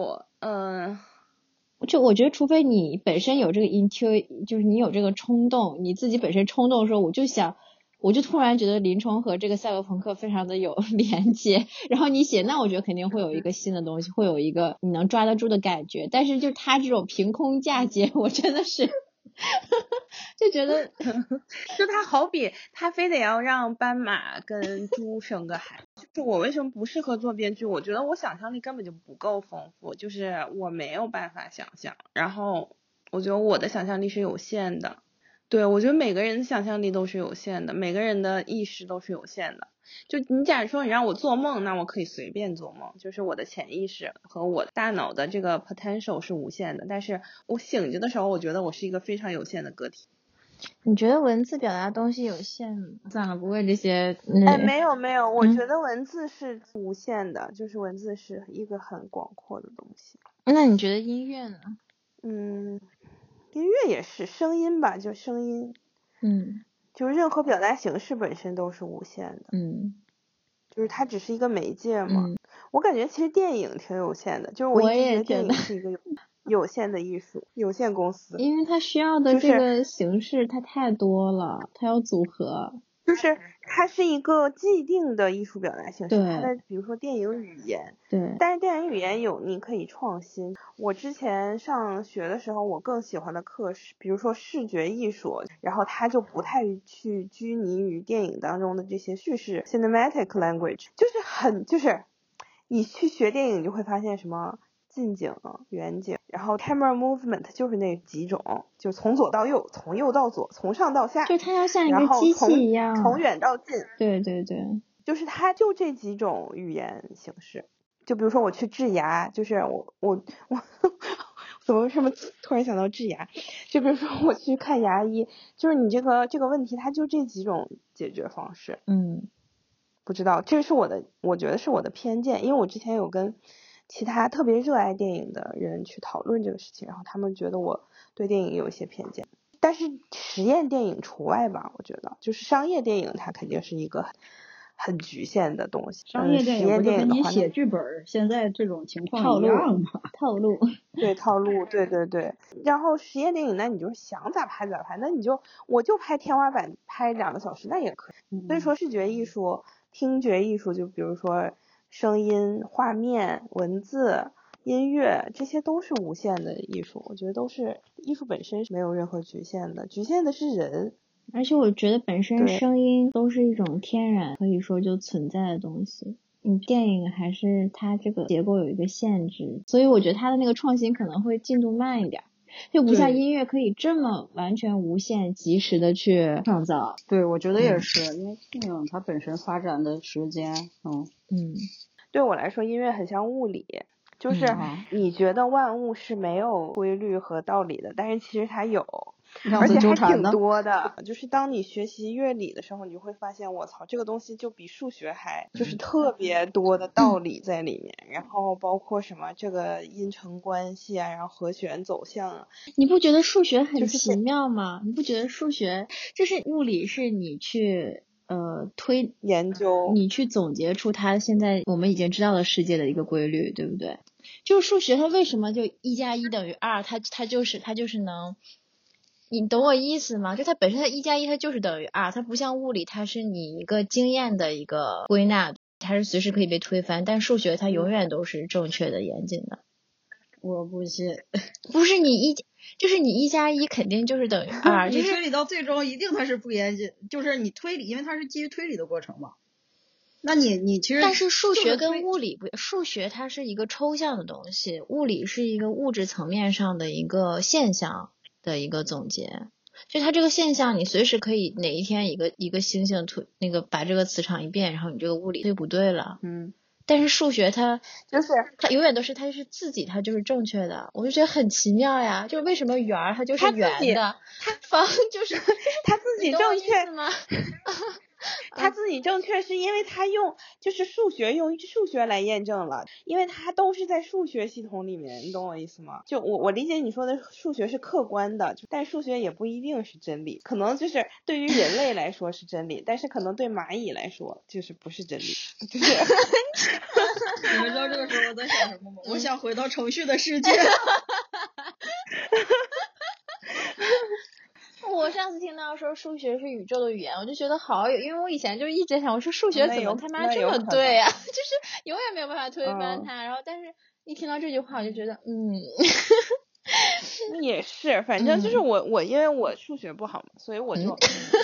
觉得除非你本身有这个 就是你有这个冲动，你自己本身冲动的时候，我就突然觉得林冲和这个赛博朋克非常的有连接，然后你写，那我觉得肯定会有一个新的东西，会有一个你能抓得住的感觉。但是就他这种凭空嫁接，我真的是就觉得就他好比他非得要让斑马跟猪生个孩子，就我为什么不适合做编剧？我觉得我想象力根本就不够丰富，就是我没有办法想象，然后我觉得我的想象力是有限的。对，我觉得每个人的想象力都是有限的，每个人的意识都是有限的。就你假如说你让我做梦，那我可以随便做梦，就是我的潜意识和我大脑的这个 potential 是无限的，但是我醒着的时候，我觉得我是一个非常有限的个体。 你觉得文字表达东西有限吗？算了，不问这些。 没有，我觉得文字是无限的，就是文字是一个很广阔的东西。 那你觉得音乐呢？ 音乐也是声音吧，就声音，就是任何表达形式本身都是无限的，就是它只是一个媒介嘛。我感觉其实电影挺有限的，就是我一直觉得电影是一个有限的艺术，有限公司， 因为它需要的这个形式它太多了，它要组合。 就是它是一个既定的艺术表达形式，它的比如说电影语言， 对， 但是电影语言你可以创新。我之前上学的时候，我更喜欢的课是比如说视觉艺术，然后它就不太去拘泥于电影当中的这些叙事 cinematic language， 就是你去学电影就会发现什么近景、远景，然后 camera movement 就是那几种，就从左到右，从右到左，从上到下， 就它要像一个机器一样， 从远到近。 对， 就是它就这几种语言形式。就比如说我去治牙，就是我怎么什么突然想到治牙？就比如说我去看牙医，就是你这个问题，它就这几种解决方式。不知道，这是我觉得是我的偏见，因为我之前有跟其他特别热爱电影的人去讨论这个事情，然后他们觉得我对电影有一些偏见，但是实验电影除外吧。我觉得就是商业电影它肯定是一个很局限的东西。 商业电影不就跟你写剧本现在这种情况一样吗？ 套路对，套路，对。然后实验电影那你就想咋拍咋拍，那我就拍天花板拍2个小时那也可以。所以说视觉艺术、听觉艺术，就比如说声音、画面、文字、音乐，这些都是无限的艺术。我觉得都是艺术本身是没有任何局限的，局限的是人。 而且我觉得本身声音都是一种天然可以说就存在的东西，你电影还是它这个结构有一个限制，所以我觉得它的那个创新可能会进度慢一点，就不像音乐可以这么完全无限及时的去创造。 对，我觉得也是，因为电影它本身发展的时间， 对我来说音乐很像物理， 就是你觉得万物是没有规律和道理的，但是其实它有，而且还挺多的。就是当你学习乐理的时候，你就会发现，我操，这个东西就比数学还就是特别多的道理在里面。然后包括什么这个音程关系啊，然后和弦走向啊。 你不觉得数学很奇妙吗？你不觉得数学就是物理是你去推研究， 你去总结出它现在我们已经知道的世界的一个规律，对不对？就是数学它为什么就1+1等于2，它就是能，你懂我意思吗？就它本身它1+1它就是等于2，它不像物理，它是你一个经验的一个归纳，它是随时可以被推翻，但数学它永远都是正确的、严谨的。 我不信。 不是就是你1+1肯定就是等于2， 你推理到最终一定它是不严谨，就是你推理，因为它是基于推理的过程嘛。那你其实但是数学跟物理不，数学它是一个抽象的东西，物理是一个物质层面上的一个现象的一个总结。就它这个现象，你随时可以哪一天一个星星那个把这个磁场一变，然后你这个物理对不对了。但是数学它永远都是它是自己它就是正确的，我就觉得很奇妙呀。就是为什么圆它就是圆的，方就是它自己正确吗？ 他自己正确是因为他用数学来验证了，因为他都是在数学系统里面，你懂我意思吗？就我理解你说的数学是客观的，但数学也不一定是真理，可能就是对于人类来说是真理，但是可能对蚂蚁来说就是不是真理。就是你们知道这个时候我在想什么吗？我想回到程序的世界。 我上次听到说数学是宇宙的语言，我就觉得好有，因为我以前就一直想，我说数学怎么他妈这么对啊，就是永远没有办法推翻它。然后但是一听到这句话我就觉得也是，反正就是我因为我数学不好嘛，所以我就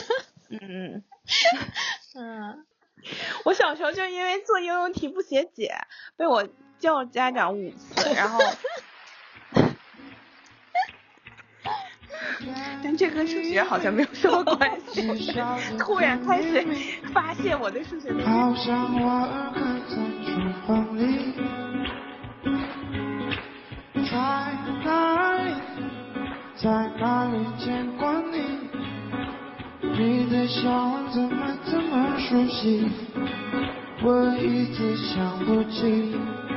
我小时候就因为做应用题不写解被我叫家长5次，然后但这跟数学好像没有什么关系。突然开始发现我对数学的好像我儿跟在厨房里，在哪里见过你，你的笑容怎么熟悉，我一直想不起，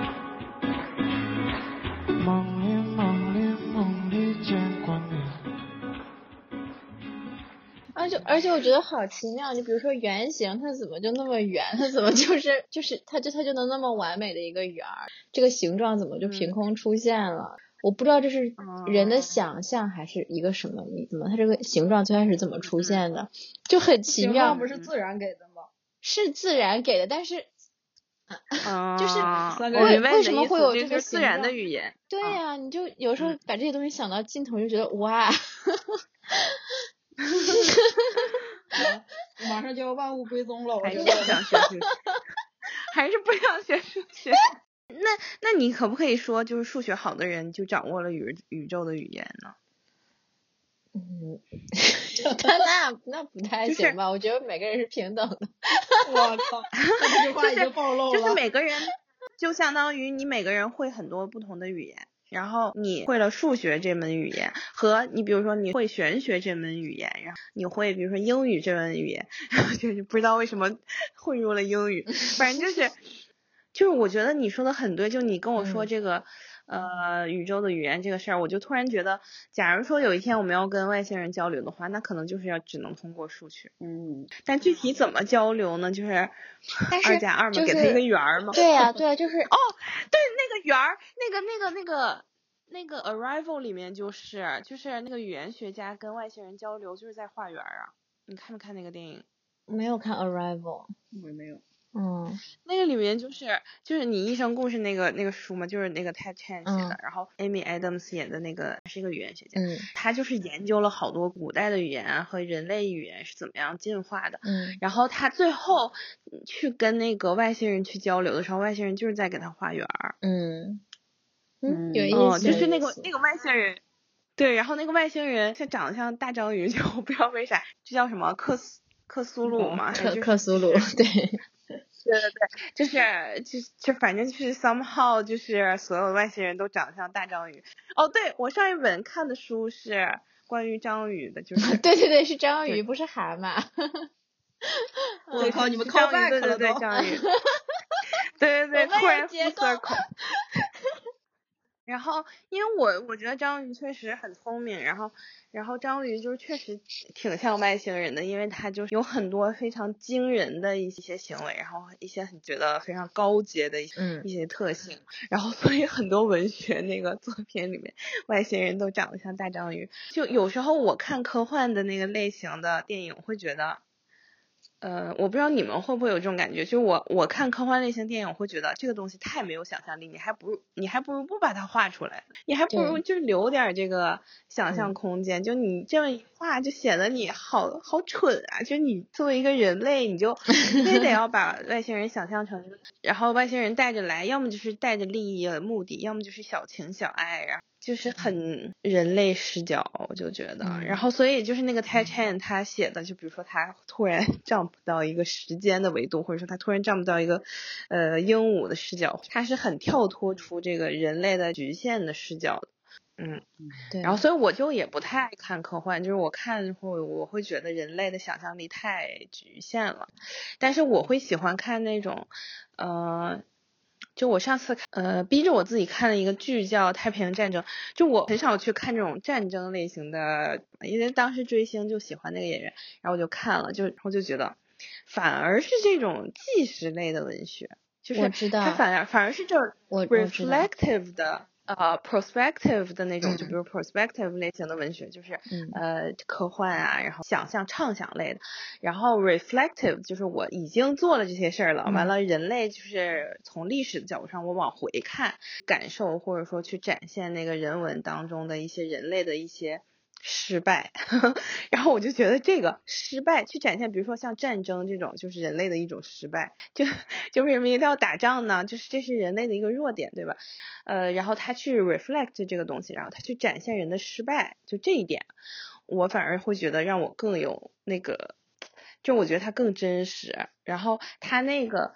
梦里见过你。 而且我觉得好奇妙，你比如说圆形，它怎么就那么圆？它怎么就是它就能那么完美的一个圆儿？这个形状怎么就凭空出现了？我不知道这是人的想象还是一个什么？你怎么它这个形状最开始怎么出现的？就很奇妙。 形状不是自然给的吗？ 是自然给的，但是就是为什么会有这个自然的语言？ 对呀，你就有时候把这些东西想到尽头，就觉得哇。 马上就要万物归宗了，我觉得还是不想学数学。那你可不可以说，就是数学好的人就掌握了宇宙的语言呢？ 那不太行吧？我觉得每个人是平等的。 我操，这句话已经暴露了。 就是每个人，就相当于你每个人会很多不同的语言。然后你会了数学这门语言，和你比如说你会玄学这门语言，然后你会比如说英语这门语言，就是不知道为什么混入了英语，反正就是我觉得你说的很对，就你跟我说这个宇宙的语言这个事儿，我就突然觉得，假如说有一天我们要跟外星人交流的话，那可能就是只能通过数学。但具体怎么交流呢？就是2+2嘛，给它一个圆儿嘛。 对呀，就是对，那个圆儿，那个 Arrival 里面就是那个语言学家跟外星人交流，就是在画圆啊。你看没看那个电影？ 没有看 Arrival。 我没有。 那个里面就是你一生故事那个书嘛，就是那个 Ted Chiang 写的，然后 Amy Adams 演的那个是一个语言学家，他就是研究了好多古代的语言和人类语言是怎么样进化的，然后他最后去跟那个外星人去交流的时候，外星人就是在给他画圆儿， 有意思， 就是那个外星人，对，然后那个外星人长得像大章鱼，就我不知道为啥，这叫什么克苏鲁嘛， 克苏鲁，对。 对对对，就反正就是 somehow 就是所有外星人都长得像大章鱼。哦，对，我上一本看的书是关于章鱼的，就是对对对，是章鱼，不是蛤蟆。 我靠，你们章鱼，对对对，章鱼。对对对，突然 full circle。然后，因为我觉得章鱼确实很聪明，然后章鱼就是确实挺像外星人的，因为它就是有很多非常惊人的一些行为，然后一些很觉得非常高阶的一些特性，然后所以很多文学那个作品里面外星人都长得像大章鱼。就有时候我看科幻的那个类型的电影会觉得。我不知道你们会不会有这种感觉，就是我看科幻类型电影，我会觉得这个东西太没有想象力，你还不如不把它画出来，你还不如就留点这个想象空间，就你这么一画就显得你好蠢啊！就你作为一个人类，你就非得要把外星人想象成，然后外星人带着来，要么就是带着利益的目的，要么就是小情小爱，然后就是很人类视角，我就觉得，然后所以就是那个 Tai Chan 他写的，就比如说他突然jump到一个时间的维度，或者说他突然jump到一个鹦鹉的视角，他是很跳脱出这个人类的局限的视角的。 对。 然后所以我就也不太爱看科幻，就是我看会我会觉得人类的想象力太局限了，但是我会喜欢看那种就我上次逼着我自己看了一个剧叫《太平洋战争》，就我很少去看这种战争类型的，因为当时追星就喜欢那个演员，然后我就看了，我就觉得反而是这种纪实类的文学，就是它反而是这种 reflective 的perspective 的那种，就比如 perspective 类型的文学，就是科幻啊，然后想象畅想类的，然后 reflective 就是我已经做了这些事儿了，完了人类就是从历史的角度上我往回看，感受或者说去展现那个人文当中的一些人类的一些失败然后我就觉得这个失败去展现，比如说像战争这种就是人类的一种失败，就为什么一定要打仗呢，就是这是人类的一个弱点，对吧？然后他去 reflect 这个东西，然后他去展现人的失败，就这一点我反而会觉得让我更有那个，就我觉得他更真实，然后他那个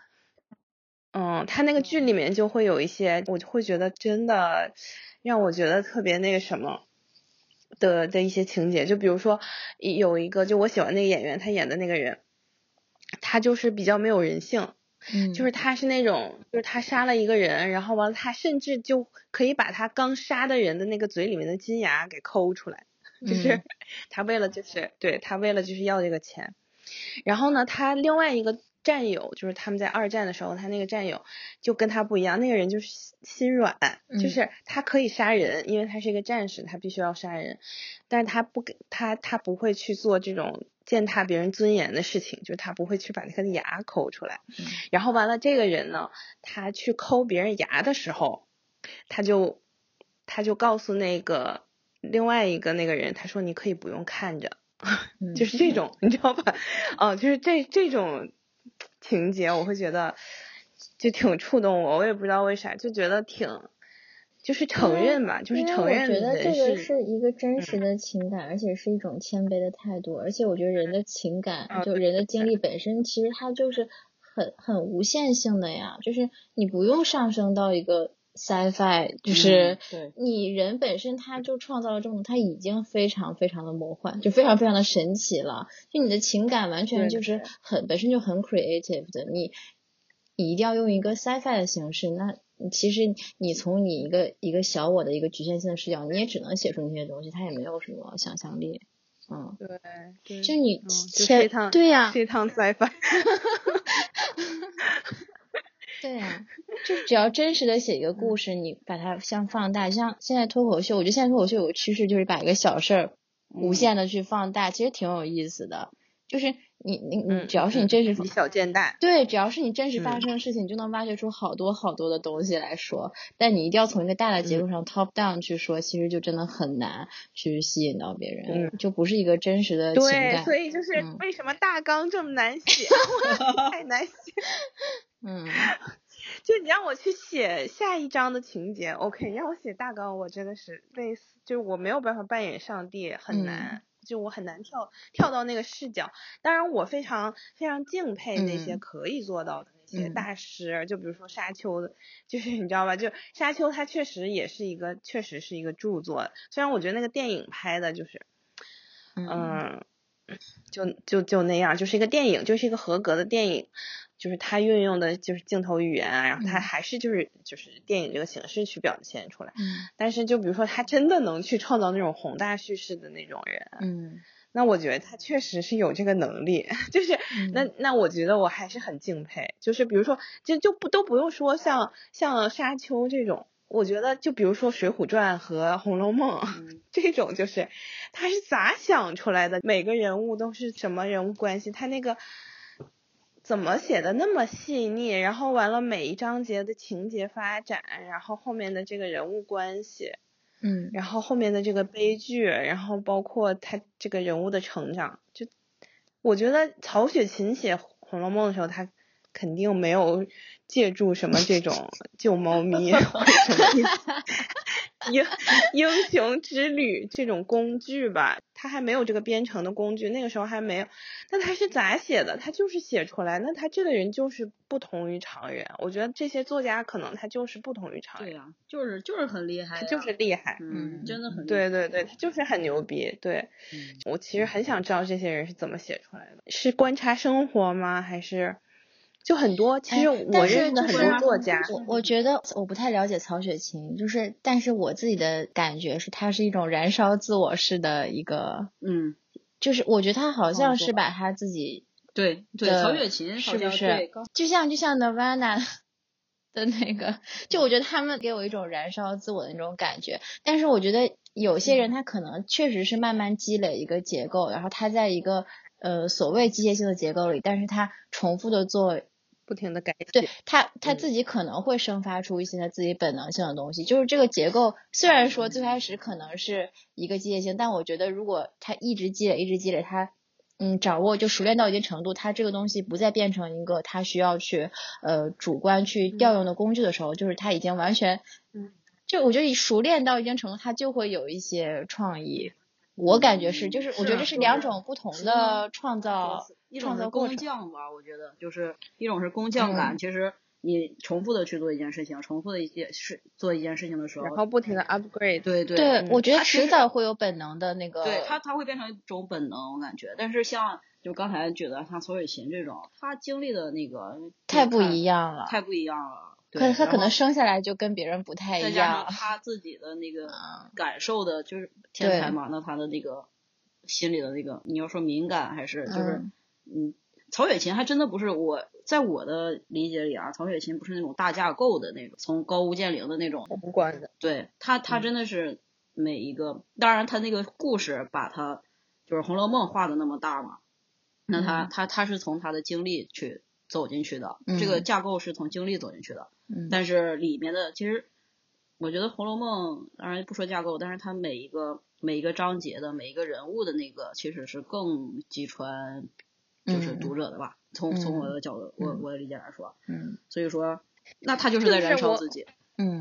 剧里面就会有一些我就会觉得真的让我觉得特别那个什么的一些情节，就比如说有一个就我喜欢那个演员他演的那个人，他就是比较没有人性，就是他是那种就是他杀了一个人，然后完了他甚至就可以把他刚杀的人的那个嘴里面的金牙给抠出来，就是他为了就是对他为了就是要这个钱，然后呢他另外一个战友就是他们在二战的时候，他那个战友就跟他不一样，那个人就是心软，就是他可以杀人，因为他是一个战士，他必须要杀人，但是他不会去做这种践踏别人尊严的事情，就是他不会去把那个牙抠出来，然后完了这个人呢，他去抠别人牙的时候，他就告诉那个另外一个那个人，他说你可以不用看着就是这种你知道吧就是这种情节我会觉得就挺触动我也不知道为啥，就觉得就是承认吧，就是承认。 我觉得这个是一个真实的情感，而且是一种谦卑的态度，而且我觉得人的情感就人的经历本身其实它就是很无限性的呀，就是你不用上升到一个sci-fi， 就是你人本身他就创造了这种，他已经非常非常的魔幻，就非常非常的神奇了，就你的情感完全就是本身就很 creative 的，你一定要用一个 sci-fi 的形式，那其实你从你一个小我的一个局限性的视角，你也只能写出那些东西，它也没有什么想象力。 对， 就你对呀，是一趟 sci-fi 对呀，就只要真实的写一个故事，你把它像放大，像现在脱口秀，我觉得现在脱口秀有个趋势就是把一个小事儿无限的去放大，其实挺有意思的。就是你只要是你真实以小见大， 对，只要是你真实发生的事情，你就能挖掘出好多好多的东西来说。但你一定要从一个大的结构上 top down 去说，其实就真的很难去吸引到别人，就不是一个真实的情感。 对，所以就是为什么大纲这么难写，太难写。就你让我去写下一章的情节 ，OK， 让我写大纲，我真的是类似，就是我没有办法扮演上帝，很难。就我很难跳到那个视角，当然我非常非常敬佩那些可以做到的那些大师，就比如说沙丘的，就是你知道吧，就沙丘它确实是一个著作，虽然我觉得那个电影拍的就是就那样，就是一个电影，就是一个合格的电影，就是它运用的就是镜头语言啊，然后它还是就是电影这个形式去表现出来。但是就比如说他真的能去创造那种宏大叙事的那种人，那我觉得他确实是有这个能力，就是那我觉得我还是很敬佩。就是比如说就不用说像沙丘这种。我觉得就比如说《水浒传》和《红楼梦》这种，就是他是咋想出来的？每个人物都是什么人物关系？他那个怎么写的那么细腻？然后完了每一章节的情节发展，然后后面的这个人物关系，然后后面的这个悲剧，然后包括他这个人物的成长，就我觉得曹雪芹写《红楼梦》的时候，他肯定没有借助什么这种救猫咪或者什么英雄之旅这种工具吧，他还没有这个编程的工具，那个时候还没有。那他是咋写的？他就是写出来，那他这个人就是不同于常人。我觉得这些作家可能他就是不同于常人。 对呀，就是很厉害， 他就是厉害， 真的很厉害。 对对对，他就是很牛逼。对，我其实很想知道这些人是怎么写出来的，是观察生活吗？还是？就很多，其实我认识的很多作家， 我觉得我不太了解曹雪芹，就是但是我自己的感觉是，他是一种燃烧自我式的一个，就是我觉得他好像是把他自己对曹雪芹是不是就像 Nirvana 的那个，就我觉得他们给我一种燃烧自我的那种感觉，但是我觉得有些人他可能确实是慢慢积累一个结构，然后他在一个所谓机械性的结构里，但是他重复的做。 不停的改写， 对他自己可能会生发出一些他自己本能性的东西，就是这个结构虽然说最开始可能是一个机械性，但我觉得如果他一直积累，他掌握就熟练到一定程度，他这个东西不再变成一个他需要去主观去调用的工具的时候，就是他已经完全就我觉得熟练到一定程度，他就会有一些创意。我感觉是，就是我觉得这是两种不同的创造工匠吧，我觉得就是一种是工匠感，其实你重复的去做一件事情，重复的做一件事情的时候， 然后不停的 upgrade， 对，我觉得迟早会有本能的那个， 对他会变成一种本能，我感觉。但是像就刚才觉得像曹雪芹这种，他经历的那个太不一样了。他可能生下来就跟别人不太一样， 再加上他自己的那个感受的，就是天才嘛，那他的那个心里的那个，你要说敏感还是就是曹雪芹还真的不是在我的理解里啊，曹雪芹不是那种大架构的那种，从高屋建瓴的那种宏观的。 对他真的是每一个，当然他那个故事把他就是《红楼梦》画的那么大嘛，那他是从他的经历去走进去的，这个架构是从经历走进去的。但是里面的其实我觉得《红楼梦》当然不说架构，但是它每一个章节的每一个人物的那个其实是更击穿就是读者的吧，从我的角度我的理解来说，所以说那他就是在燃烧自己。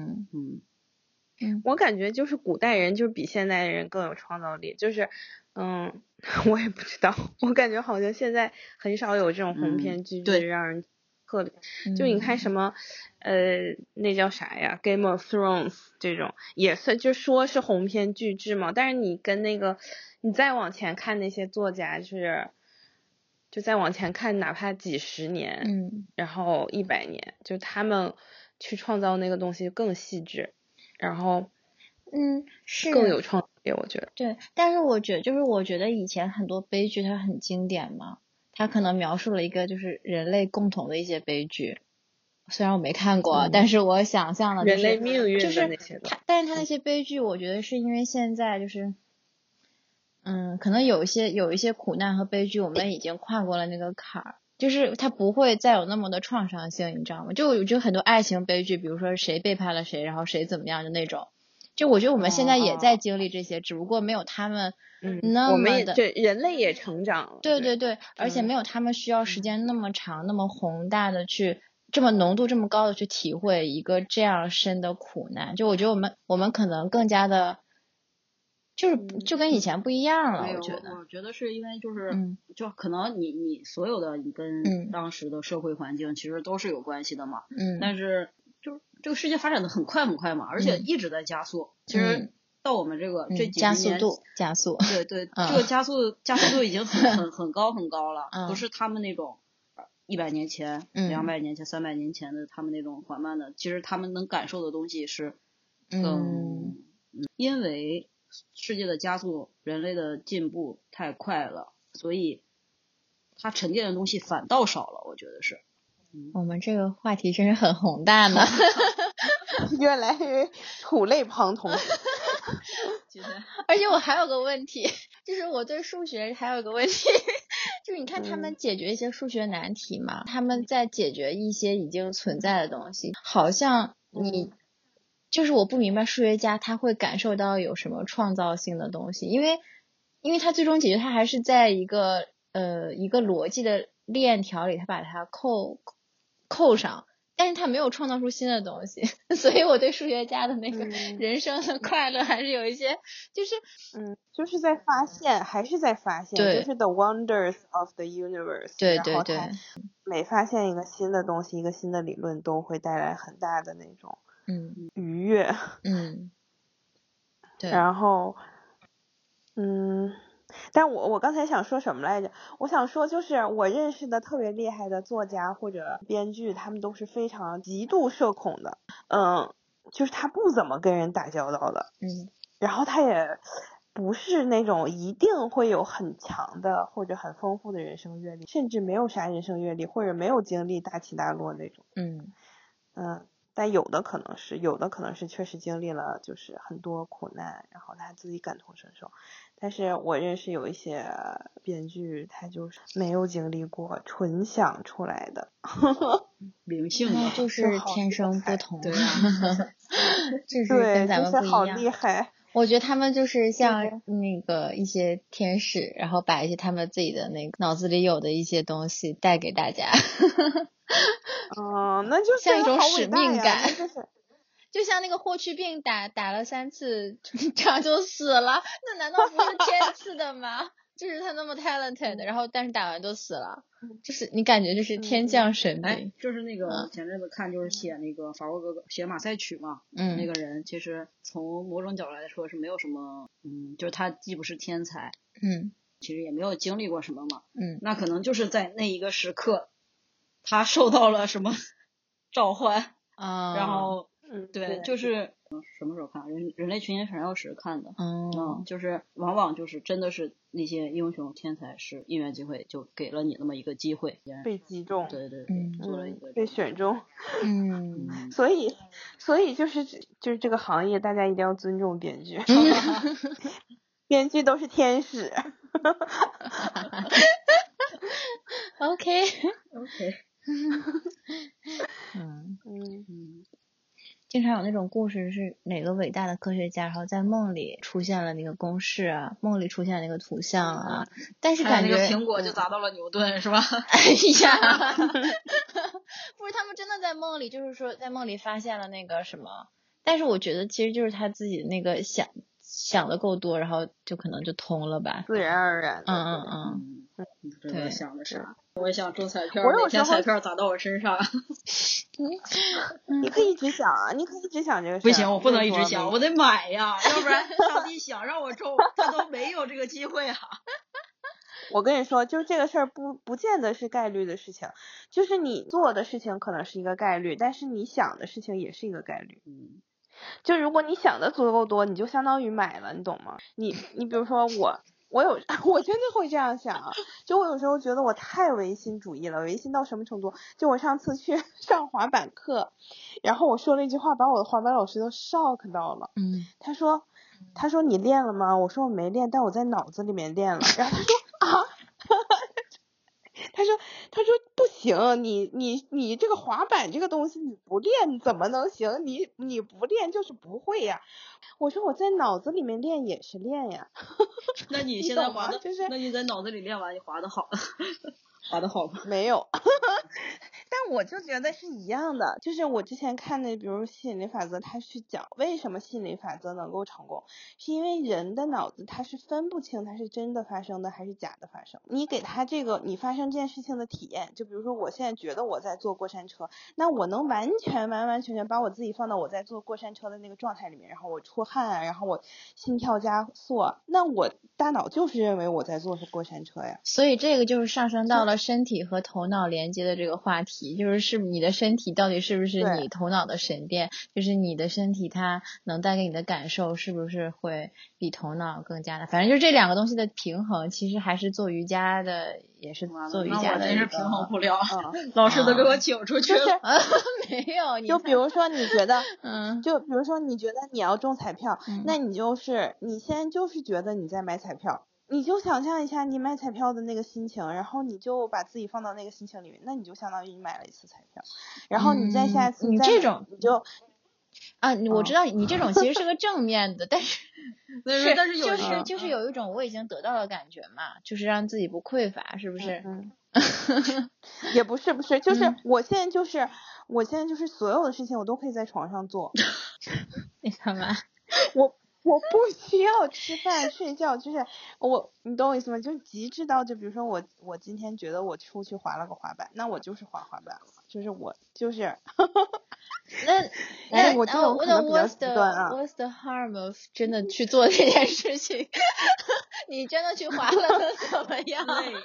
我感觉就是古代人就是比现代人更有创造力，就是我也不知道，我感觉好像现在很少有这种鸿篇巨制让人特别，就你看什么那叫啥呀 Game of Thrones 这种也算就说是鸿篇巨制嘛，但是你跟那个你再往前看那些作家就再往前看哪怕几十年然后100年，就他们去创造那个东西更细致，然后是更有创造力，我觉得。 对，但是我觉得以前很多悲剧它很经典嘛，它可能描述了一个就是人类共同的一些悲剧，虽然我没看过，但是我想象了、 人类命运的那些但是它那些悲剧，我觉得是因为现在就是可能有一些苦难和悲剧，我们已经跨过了那个坎儿，就是它不会再有那么的创伤性，你知道吗？就很多爱情悲剧，比如说谁背叛了谁，然后谁怎么样的那种。就我觉得我们现在也在经历这些，只不过没有他们那么的， 对，人类也成长了。 对对对，而且没有他们需要时间那么长、那么宏大的去这么浓度这么高的去体会一个这样深的苦难。就我觉得我们可能更加的， 就跟以前不一样了。我觉得是因为就是就可能你所有的你跟当时的社会环境其实都是有关系的嘛。但是就这个世界发展的很快很快嘛，而且一直在加速。其实到我们这个这几年加速， 对，这个加速度已经很高很高了，不是他们那种100年前、200年前、300年前的他们那种缓慢的，其实他们能感受的东西是更因为世界的加速，人类的进步太快了，所以它沉淀的东西反倒少了，我觉得是。 我们这个话题真是很宏大呢。 越来越触类旁通。 而且我还有个问题，就是我对数学还有个问题，就是你看他们解决一些数学难题嘛，他们在解决一些已经存在的东西，好像就是我不明白数学家他会感受到有什么创造性的东西，因为他最终解决他还是在一个逻辑的链条里，他把它扣上，但是他没有创造出新的东西，所以我对数学家的那个人生的快乐还是有一些就是在发现，还是在发现，就是 the wonders of the universe。 对， 然后他每发现一个新的东西，一个新的理论都会带来很大的那种愉悦。 对。 然后但我刚才想说什么来着？我想说就是我认识的特别厉害的作家或者编剧，他们都是非常极度社恐的。就是他不怎么跟人打交道的。然后他也不是那种一定会有很强的或者很丰富的人生阅历，甚至没有啥人生阅历，或者没有经历大起大落那种。但有的可能是确实经历了就是很多苦难，然后他自己感同身受。但是我认识有一些编剧，他就是没有经历过，纯想出来的。 灵性的， 就是天生不同。 对就是跟咱们不一样。 好厉害。 我觉得他们就是像那个一些天使，然后把一些他们自己的那个脑子里有的一些东西带给大家。 那就是像一种使命感，就像那个霍去病打了3次仗就死了，那难道不是天赐的吗？就是他那么 talented， 然后但是打完就死了，就是你感觉就是天降神兵。 就是那个前阵子看，就是写那个法国哥哥写马赛曲嘛，那个人其实从某种角度来说是没有什么，就是他既不是天才，其实也没有经历过什么嘛，那可能就是在那一个时刻。他受到了什么召唤然后对，就是什么时候看人类群英闪耀时看的。就是往往就是真的是那些英雄天才是因缘机会就给了你那么一个机会， 被击中。 对，做了一个被选中。所以就是这个行业大家一定要尊重编剧。编剧都是天使。 OK。经常有那种故事是哪个伟大的科学家，然后在梦里出现了那个公式啊，梦里出现了那个图像啊，但是感觉那个苹果就砸到了牛顿，是吧？ 哎呀，不是，他们真的在梦里，就是说在梦里发现了那个什么，但是我觉得其实就是他自己那个想的够多，然后就可能就通了吧， 自然而然。 对，我想的啥？我也想中彩票，每天彩票砸到我身上。 你可以一直想啊，你可以一直想这个事。 不行，我不能一直想，我得买呀，要不然上帝想让我中，他都没有这个机会啊。 我跟你说，就是这个事儿不见得是概率的事情，就是你做的事情可能是一个概率，但是你想的事情也是一个概率。就如果你想的足够多，你就相当于买了，你懂吗？你比如说我真的会这样想，就我有时候觉得我太唯心主义了，唯心到什么程度？就我上次去上滑板课，然后我说了一句话，把我的滑板老师都 shock 到了。他说你练了吗？我说我没练，但我在脑子里面练了。然后他说啊。他说不行，你这个滑板这个东西你不练怎么能行？你不练就是不会呀。我说我在脑子里面练也是练呀。 那你现在滑的就是，那你在脑子里练完，你滑的好，滑的好吗？ 没有。但我就觉得是一样的，就是我之前看的比如吸引力法则，它去讲为什么吸引力法则能够成功，是因为人的脑子它是分不清它是真的发生的还是假的发生。你给他这个你发生这件事情的体验，就比如说我现在觉得我在坐过山车，那我能完全把我自己放到我在坐过山车的那个状态里面，然后我出汗，然后我心跳加速，那我大脑就是认为我在坐过山车呀。 所以这个就是上升到了身体和头脑连接的这个话题，就是你的身体到底是不是你头脑的神殿，就是你的身体它能带给你的感受是不是会比头脑更加的，反正就是这两个东西的平衡，其实还是做瑜伽的也是做瑜伽的。 那我真是平衡不了，老师都给我请出去了。 没有， 就比如说你觉得就比如说你觉得你要中彩票，那你就是你现在就是觉得你在买彩票，你就想象一下你买彩票的那个心情，然后你就把自己放到那个心情里面，那你就相当于你买了一次彩票，然后你再下一次你这种你就我知道你这种其实是个正面的，但是就是有一种我已经得到了感觉嘛，就是让自己不匮乏，是不是？ 也不是，就是我现在就是所有的事情我都可以在床上做。 你干嘛？ 我不需要吃饭睡觉，就是你懂我意思吗？就是极致到就比如说我今天觉得我出去滑了个滑板，那我就是滑板了，就是我就是那我这种可能比较极端啊。 What's the harm of 真的去做这件事情？你真的去滑了能怎么样？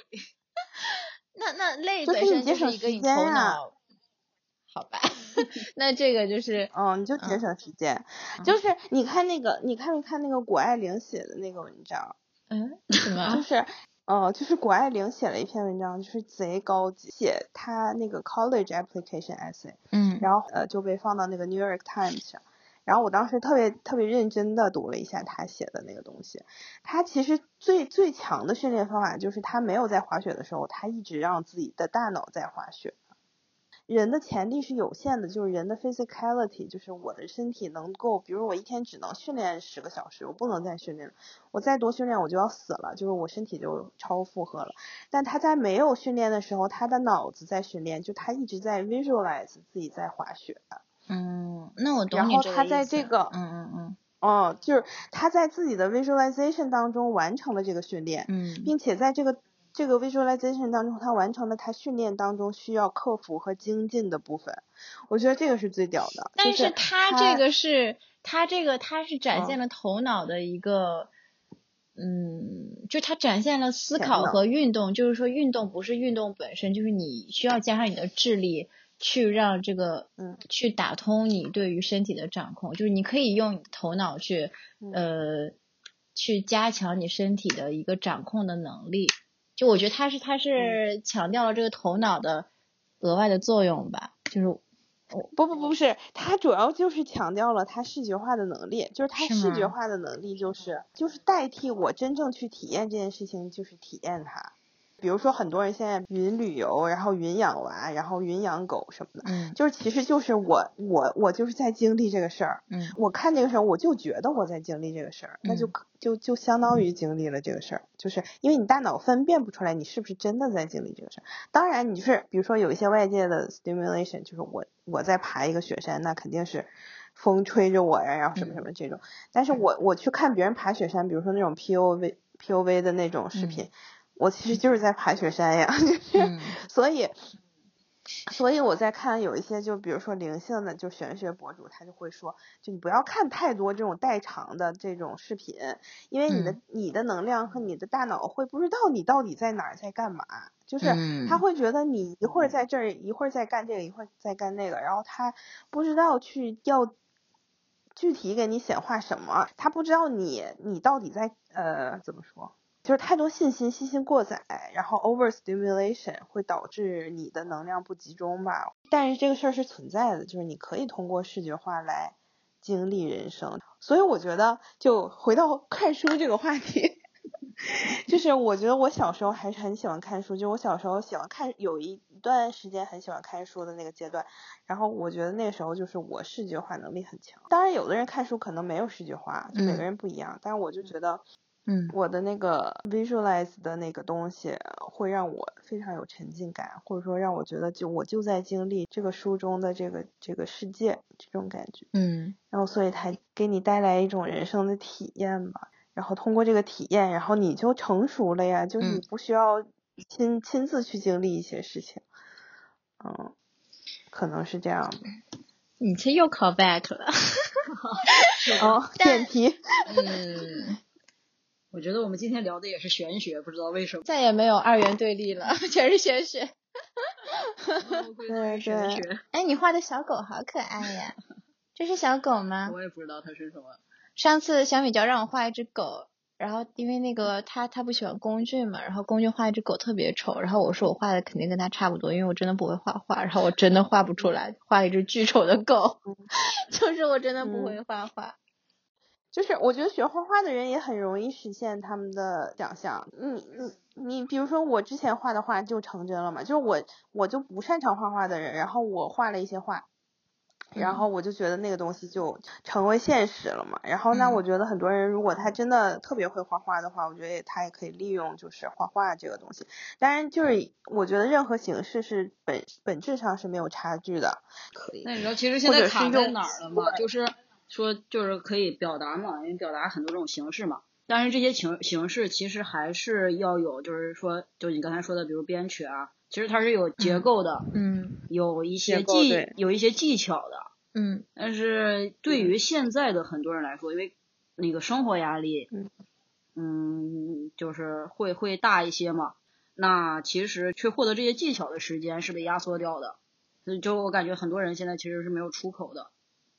那累本身就是一个你头脑，好吧？那这个就是你就节省时间。就是你看没看那个谷爱凌写的那个文章？ 什么？ 就是谷爱凌写了一篇文章，就是贼高级，写他那个 college application essay， 然后就被放到那个 New York Times 上，然后我当时特别认真的读了一下他写的那个东西。他其实最强的训练方法就是他没有在滑雪的时候，他一直让自己的大脑在滑雪。人的潜力是有限的，就是人的 physicality， 就是我的身体能够，比如我一天只能训练10个小时，我不能再训练了，我再多训练我就要死了，就是我身体就超负荷了。但他在没有训练的时候，他的脑子在训练，就他一直在 visualize 自己在滑雪。 那我懂你这个意思。 然后他在这个就是他在自己的 visualization 当中完成了这个训练，并且在这个 visualization 当中他完成了他训练当中需要克服和精进的部分。我觉得这个是最屌的。 但是他这个是他是展现了头脑的一个就他展现了思考和运动，就是说运动不是运动本身，就是你需要加上你的智力去让这个去打通你对于身体的掌控，就是你可以用你的头脑去去加强你身体的一个掌控的能力。就我觉得他是强调了这个头脑的额外的作用吧，就是不是，他主要就是强调了他视觉化的能力，就是他视觉化的能力就是代替我真正去体验这件事情，就是体验它。比如说很多人现在云旅游，然后云养娃，然后云养狗什么的，就是其实就是我就是在经历这个事儿。我看这个事儿，我就觉得我在经历这个事儿，那就相当于经历了这个事儿，就是因为你大脑分辨不出来你是不是真的在经历这个事儿。当然你就是比如说有一些外界的 stimulation， 就是我在爬一个雪山，那肯定是风吹着我呀，然后什么什么这种。但是我去看别人爬雪山，比如说那种 POV 的那种视频，我其实就是在爬雪山呀，就是所以我在看有一些就比如说灵性的就玄学博主，他就会说，就你不要看太多这种代偿的这种视频，因为你的能量和你的大脑会不知道你到底在哪儿在干嘛，就是他会觉得你一会儿在这儿，一会儿在干这个，一会儿在干那个，然后他不知道要具体给你显化什么，他不知道你到底在怎么说，就是太多信息过载，然后 overstimulation 会导致你的能量不集中吧。但是这个事儿是存在的，就是你可以通过视觉化来经历人生。所以我觉得就回到看书这个话题就是我觉得我小时候还是很喜欢看书，就我小时候喜欢看，有一段时间很喜欢看书的那个阶段，然后我觉得那时候就是我视觉化能力很强。当然有的人看书可能没有视觉化，就每个人不一样，但是我就觉得我的那个 visualize 的那个东西会让我非常有沉浸感，或者说让我觉得我就在经历这个书中的这个世界这种感觉。然后所以它给你带来一种人生的体验吧，然后通过这个体验，然后你就成熟了呀，就是你不需要亲自去经历一些事情。可能是这样的。 你这又 call back 了。 点题。 我觉得我们今天聊的也是玄学，不知道为什么再也没有二元对立了，全是玄学。 对玄学。 哎，你画的小狗好可爱呀！这是小狗吗？ 我也不知道它是什么。 上次小米椒让我画一只狗，然后因为那个他不喜欢龚俊嘛，然后龚俊画一只狗特别丑，然后我说我画的肯定跟他差不多，因为我真的不会画画，然后我真的画不出来，画一只巨丑的狗。就是我真的不会画画。 就是我觉得学画画的人也很容易实现他们的想象。你比如说我之前画的画就成真了嘛，就是我就不擅长画画的人，然后我画了一些画，然后我就觉得那个东西就成为现实了嘛。然后那我觉得很多人如果他真的特别会画画的话，我觉得他也可以利用就是画画这个东西。当然就是我觉得任何形式是本质上是没有差距的。可以。 那你知道其实现在卡在哪儿了吗？就是说就是可以表达嘛，因为表达很多种形式嘛，但是这些形式其实还是要有，就是说就你刚才说的比如编曲啊，其实它是有结构的，有一些技巧的，但是对于现在的很多人来说，因为那个生活压力就是会大一些嘛，那其实去获得这些技巧的时间是被压缩掉的，所以就我感觉很多人现在其实是没有出口的。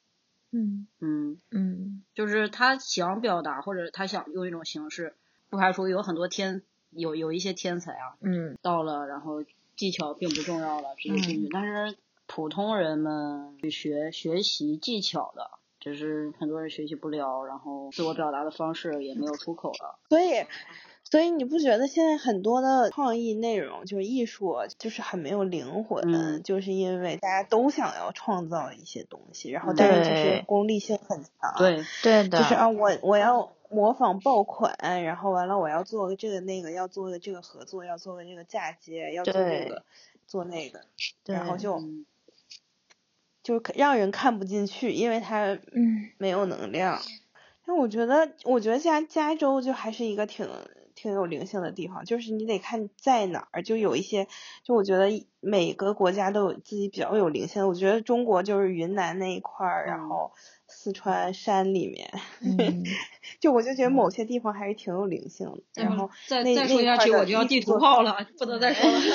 就是他想表达或者他想用一种形式，不排除有很多有一些天才啊，到了然后技巧并不重要了，直接进去。但是普通人们去学习技巧的，只是很多人学习不了，然后自我表达的方式也没有出口了。 所以你不觉得现在很多的创意内容就是艺术就是很没有灵魂，就是因为大家都想要创造一些东西，然后但是就是功利性很强。 对的。 就是我要模仿爆款，然后完了我要做个这个那个，要做个这个合作，要做个这个嫁接，要做这个做那个，然后就让人看不进去，因为它没有能量。但我觉得加州就还是一个挺有灵性的地方，就是你得看在哪儿，就有一些，就我觉得每个国家都有自己比较有灵性。我觉得中国就是云南那一块儿，然后四川山里面，就我就觉得某些地方还是挺有灵性的。然后再说下去我就要地图炮了，不能再说了。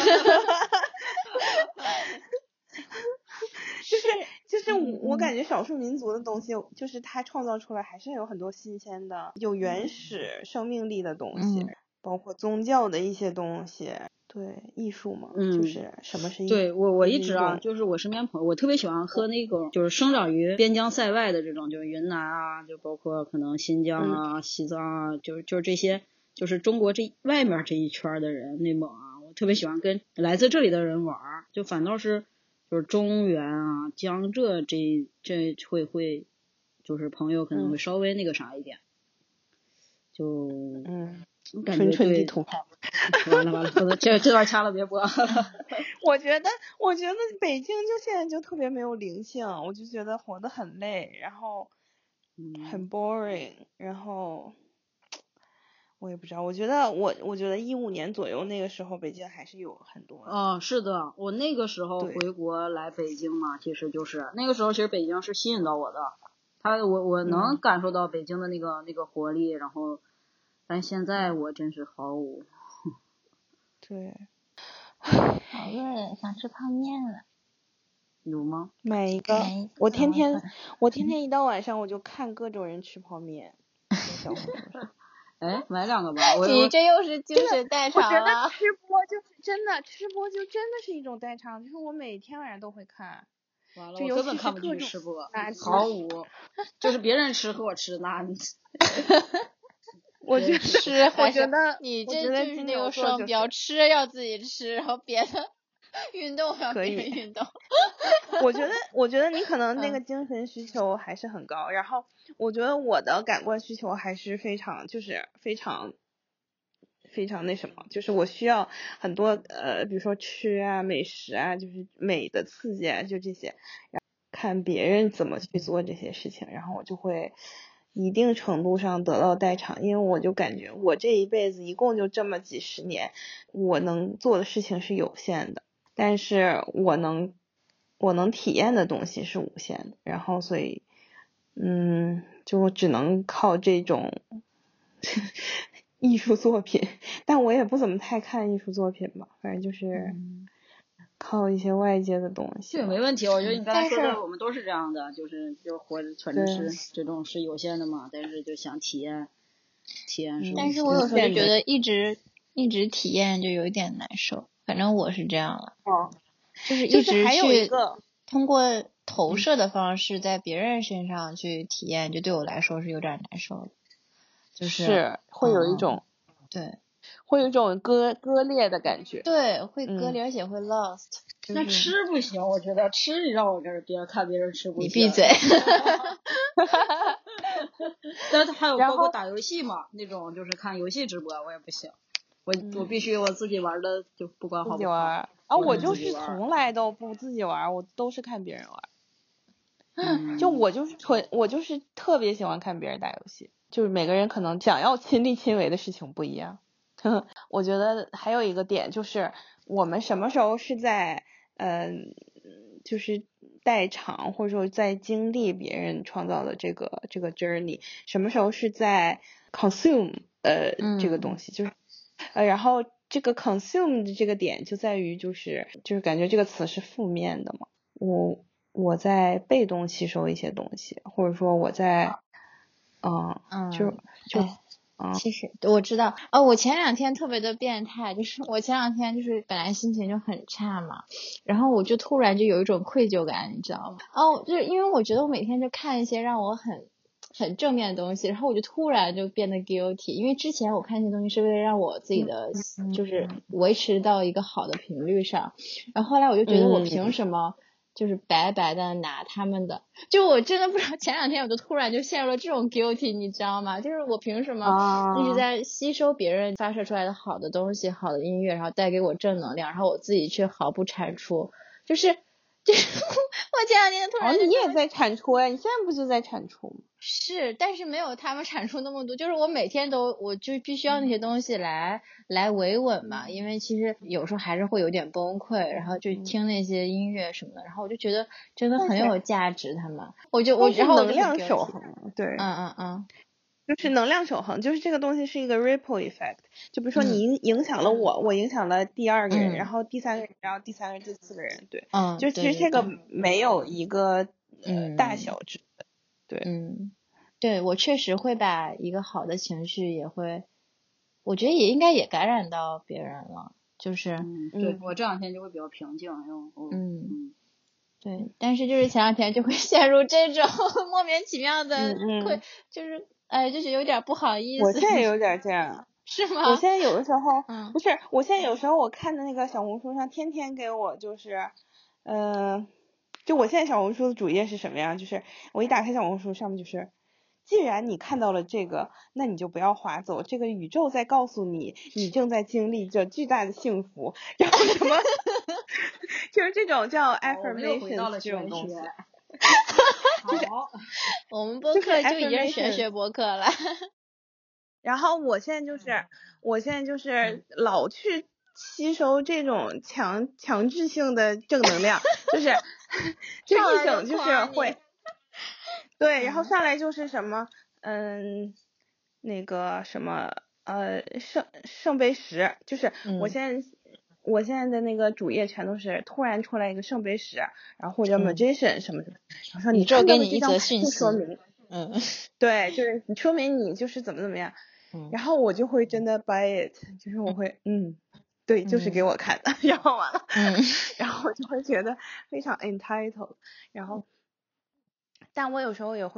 就是我感觉少数民族的东西，就是它创造出来还是有很多新鲜的、有原始生命力的东西，包括宗教的一些东西。对，艺术嘛，就是什么是艺术？ 对，我一直啊，就是我身边朋友，我特别喜欢喝那种就是生长于边疆塞外的这种，就是云南啊，就包括可能新疆啊、西藏啊，就是这些，就是中国这外面这一圈的人，内蒙啊，我特别喜欢跟来自这里的人玩，就反倒是就是中原啊、江浙这会就是朋友可能会稍微那个啥一点，就感觉纯地图炮。 完了，这段掐了别播。 我觉得北京就现在就特别没有灵性，我就觉得活得很累，然后很 boring，然后我也不知道，我觉得2015年左右那个时候北京还是有很多是的，我那个时候回国来北京嘛，其实就是那个时候其实北京是吸引到我的，我能感受到北京的那个活力，然后但现在我真是毫无。 对， 好饿，想吃泡面了。 有吗？ 买一个。我天天一到晚上我就看各种人吃泡面。小红书上。 哎，买2个吧。 你这又是精神代偿了。 我觉得吃播就真的是一种代偿，就是我每天晚上都会看。 完了，我根本看不进去吃播，毫无，就是别人吃和我吃那。 我觉得你这就是那个双标，吃要自己吃，然后别的运动可以运动。 我觉得你可能那个精神需求还是很高，然后我觉得我的感官需求还是非常那什么，就是我需要很多比如说吃啊、美食啊，就是美的刺激啊，就这些，然后看别人怎么去做这些事情，然后我就会一定程度上得到代偿，因为我就感觉我这一辈子一共就这么几十年，我能做的事情是有限的，但是我能体验的东西是无限的，然后所以就只能靠这种艺术作品，但我也不怎么太看艺术作品吧，反正就是靠一些外界的东西。 对，没问题。我觉得你刚才说的我们都是这样的，就是活着存着是这种是有限的嘛，但是就想体验是。 但是我有时候就觉得一直体验就有一点难受，反正我是这样了。就是一直去通过投射的方式在别人身上去体验，就对我来说是有点难受的。 就是会有一种对， 会有一种割裂的感觉。 对，会割裂，而且会 lost。 那吃不行，我觉得吃你让我跟看别人吃不行。 你闭嘴。 但是还有包括打游戏嘛，那种就是看游戏直播我也不行，我必须我自己玩的，就不管好不好。 自己玩啊，我就是从来都不自己玩，我都是看别人玩。就我就是特别喜欢看别人打游戏，就是每个人可能想要亲力亲为的事情不一样。我觉得还有一个点就是我们什么时候是在就是代偿或者说在经历别人创造的这个 journey， 什么时候是在 consume 这个东西，就是然后这个 consume 的这个点就在于就是感觉这个词是负面的嘛，我在被动吸收一些东西，或者说我在其实我知道我前2天特别的变态，就是我前2天就是本来心情就很差嘛，然后我就突然就有一种愧疚感，你知道吗？就是因为我觉得我每天就看一些让我很正面的东西，然后我就突然就变得 guilty， 因为之前我看这些东西是为了让我自己的就是维持到一个好的频率上，然后后来我就觉得我凭什么就是白白的拿他们的，就我真的不知道，前2天我就突然就陷入了这种 guilty， 你知道吗？就是我凭什么一直在吸收别人发射出来的好的东西、好的音乐，然后带给我正能量，然后我自己却毫不产出，就是我前2天突然你也在产出呀，你现在不是在产出吗？ 是，但是没有他们产出那么多，就是我每天我就必须要那些东西来维稳嘛，因为其实有时候还是会有点崩溃，然后就听那些音乐什么的，然后我就觉得真的很有价值，他们，然后能量守恒，对，就是能量守恒，就是这个东西是一个 ripple effect， 就比如说你影响了我影响了第2个人，然后第3个人，然后第3个人、第4个人，对，就其实这个没有一个大小之分。对， 对，我确实会把一个好的情绪也会，我觉得也应该也感染到别人了，就是对，我这2天就会比较平静， 对，但是就是前2天就会陷入这种莫名其妙的就是就是有点不好意思。 我现在有点这样。 是吗？ 我现在有的时候不是，我现在有时候我看的那个小红书上天天给我就是就我现在小红书的主页是什么样，就是我一打开小红书上面就是既然你看到了这个，那你就不要划走，这个宇宙在告诉你你正在经历着巨大的幸福，然后什么就是这种叫 affirmation 这种东西。就是我们播客就已经是玄学播客了。 然后我现在就是老去吸收这种强制性的正能量，就是这一整就是会对，然后上来就是什么那个什么圣杯十，就是我现在的那个主页全都是突然出来一个圣杯十，然后或者 magician 什么什么，然后说你看到这张牌说明对，就是你说明你就是怎么样，然后我就会真的 buy it， 就是我会对，就是给我看的，然后完了然后我就会觉得非常 entitled， 然后但我有时候也会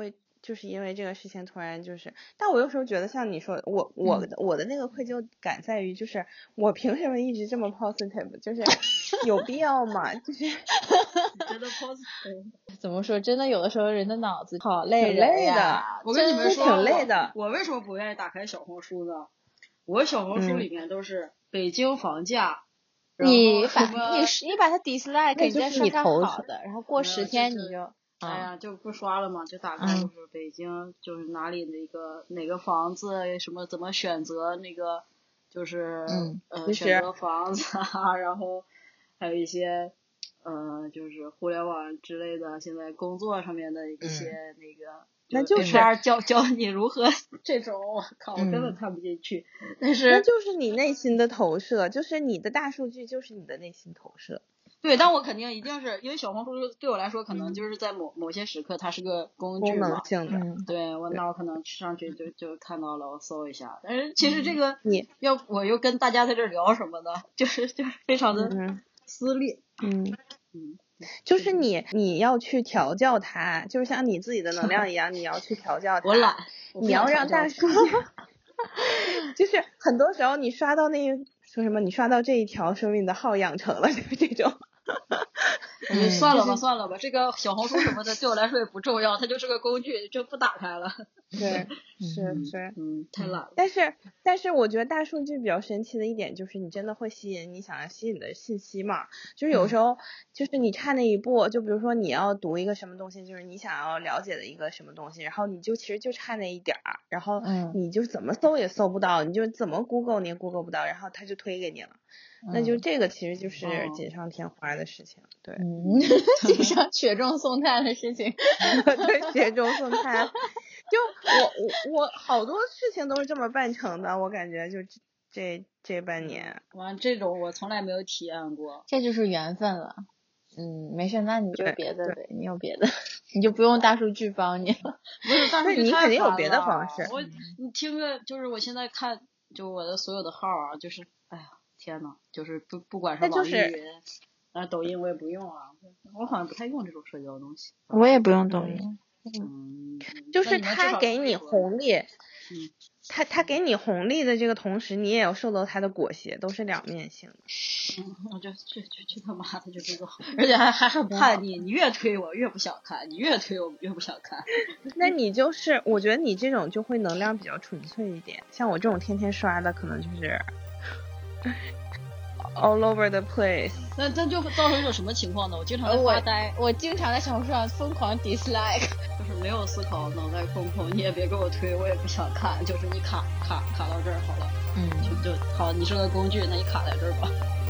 就是因为这个事情突然就是，但我有时候觉得像你说我的那个愧疚感在于就是我凭什么一直这么 positive， 就是有必要吗？就是真的 positive 怎么说？真的有的时候人的脑子好累的， 我跟你们说， 挺累的。 我为什么不愿意打开小红书呢？我小红书里面都是北京房价。 你把它 dislike， 你再刷刷好的，然后过10天你就哎呀就不刷了嘛，就打开就是北京就是哪里哪个房子什么怎么选择那个就是选择房子啊，然后还有一些就是互联网之类的现在工作上面的一些那个。 那就是教你如何这种，我靠，我根本看不进去。但是那就是你内心的投射，就是你的大数据就是你的内心投射。 对，但我肯定一定是因为小红书对我来说，可能就是在某些时刻它是个工具嘛， 功能性的。 对，那我可能上去就看到了，我搜一下。但是其实这个我又跟大家在这聊什么呢？就是非常的撕裂。 就是你要去调教它，就是像你自己的能量一样，你要去调教它。 我懒， 你要让大数据，就是很多时候你刷到说什么，你刷到这一条，说明你的号养成了，就是这种。 算了吧，这个小红书什么的对我来说也不重要，它就是个工具，就不打开了。 对，是， 太懒了。 但是我觉得大数据比较神奇的一点就是你真的会吸引你想要吸引的信息嘛，就是有时候就是你差那一步，就比如说你要读一个什么东西，就是你想要了解的一个什么东西，然后你就其实就差那一点儿，然后你就怎么搜也搜不到，你就怎么 Google 你也 Google 不到，然后他就推给你了。那就这个其实就是锦上添花的事情，对， 锦上雪中送炭的事情， 对，雪中送炭。就我好多事情都是这么办成的，我感觉就这半年， 完这种我从来没有体验过， 这就是缘分了。没事，那你就别的呗，你有别的，你就不用大数据帮你了。 不是，大数据你肯定有别的方式。 你听着，就是我现在看，就我的所有的号啊，就是哎呀。天呐，就是不管是网易云，抖音我也不用啊，我好像不太用这种社交东西。 我也不用抖音。 就是他给你红利，他给你红利的这个同时，你也要受到他的裹挟，都是两面性的。 我就他妈的就这种，而且还很叛逆，你越推我越不想看，你越推我越不想看。 那你就是我觉得你这种就会能量比较纯粹一点，像我这种天天刷的，可能就是。all over the place。 那就造成一种什么情况呢？我经常在发呆， 我经常在小红书上疯狂 dislike， 就是没有思考，脑袋空空，你也别给我推，我也不想看，就是你卡到这儿好了，就好，你是个工具，那你卡在这儿吧。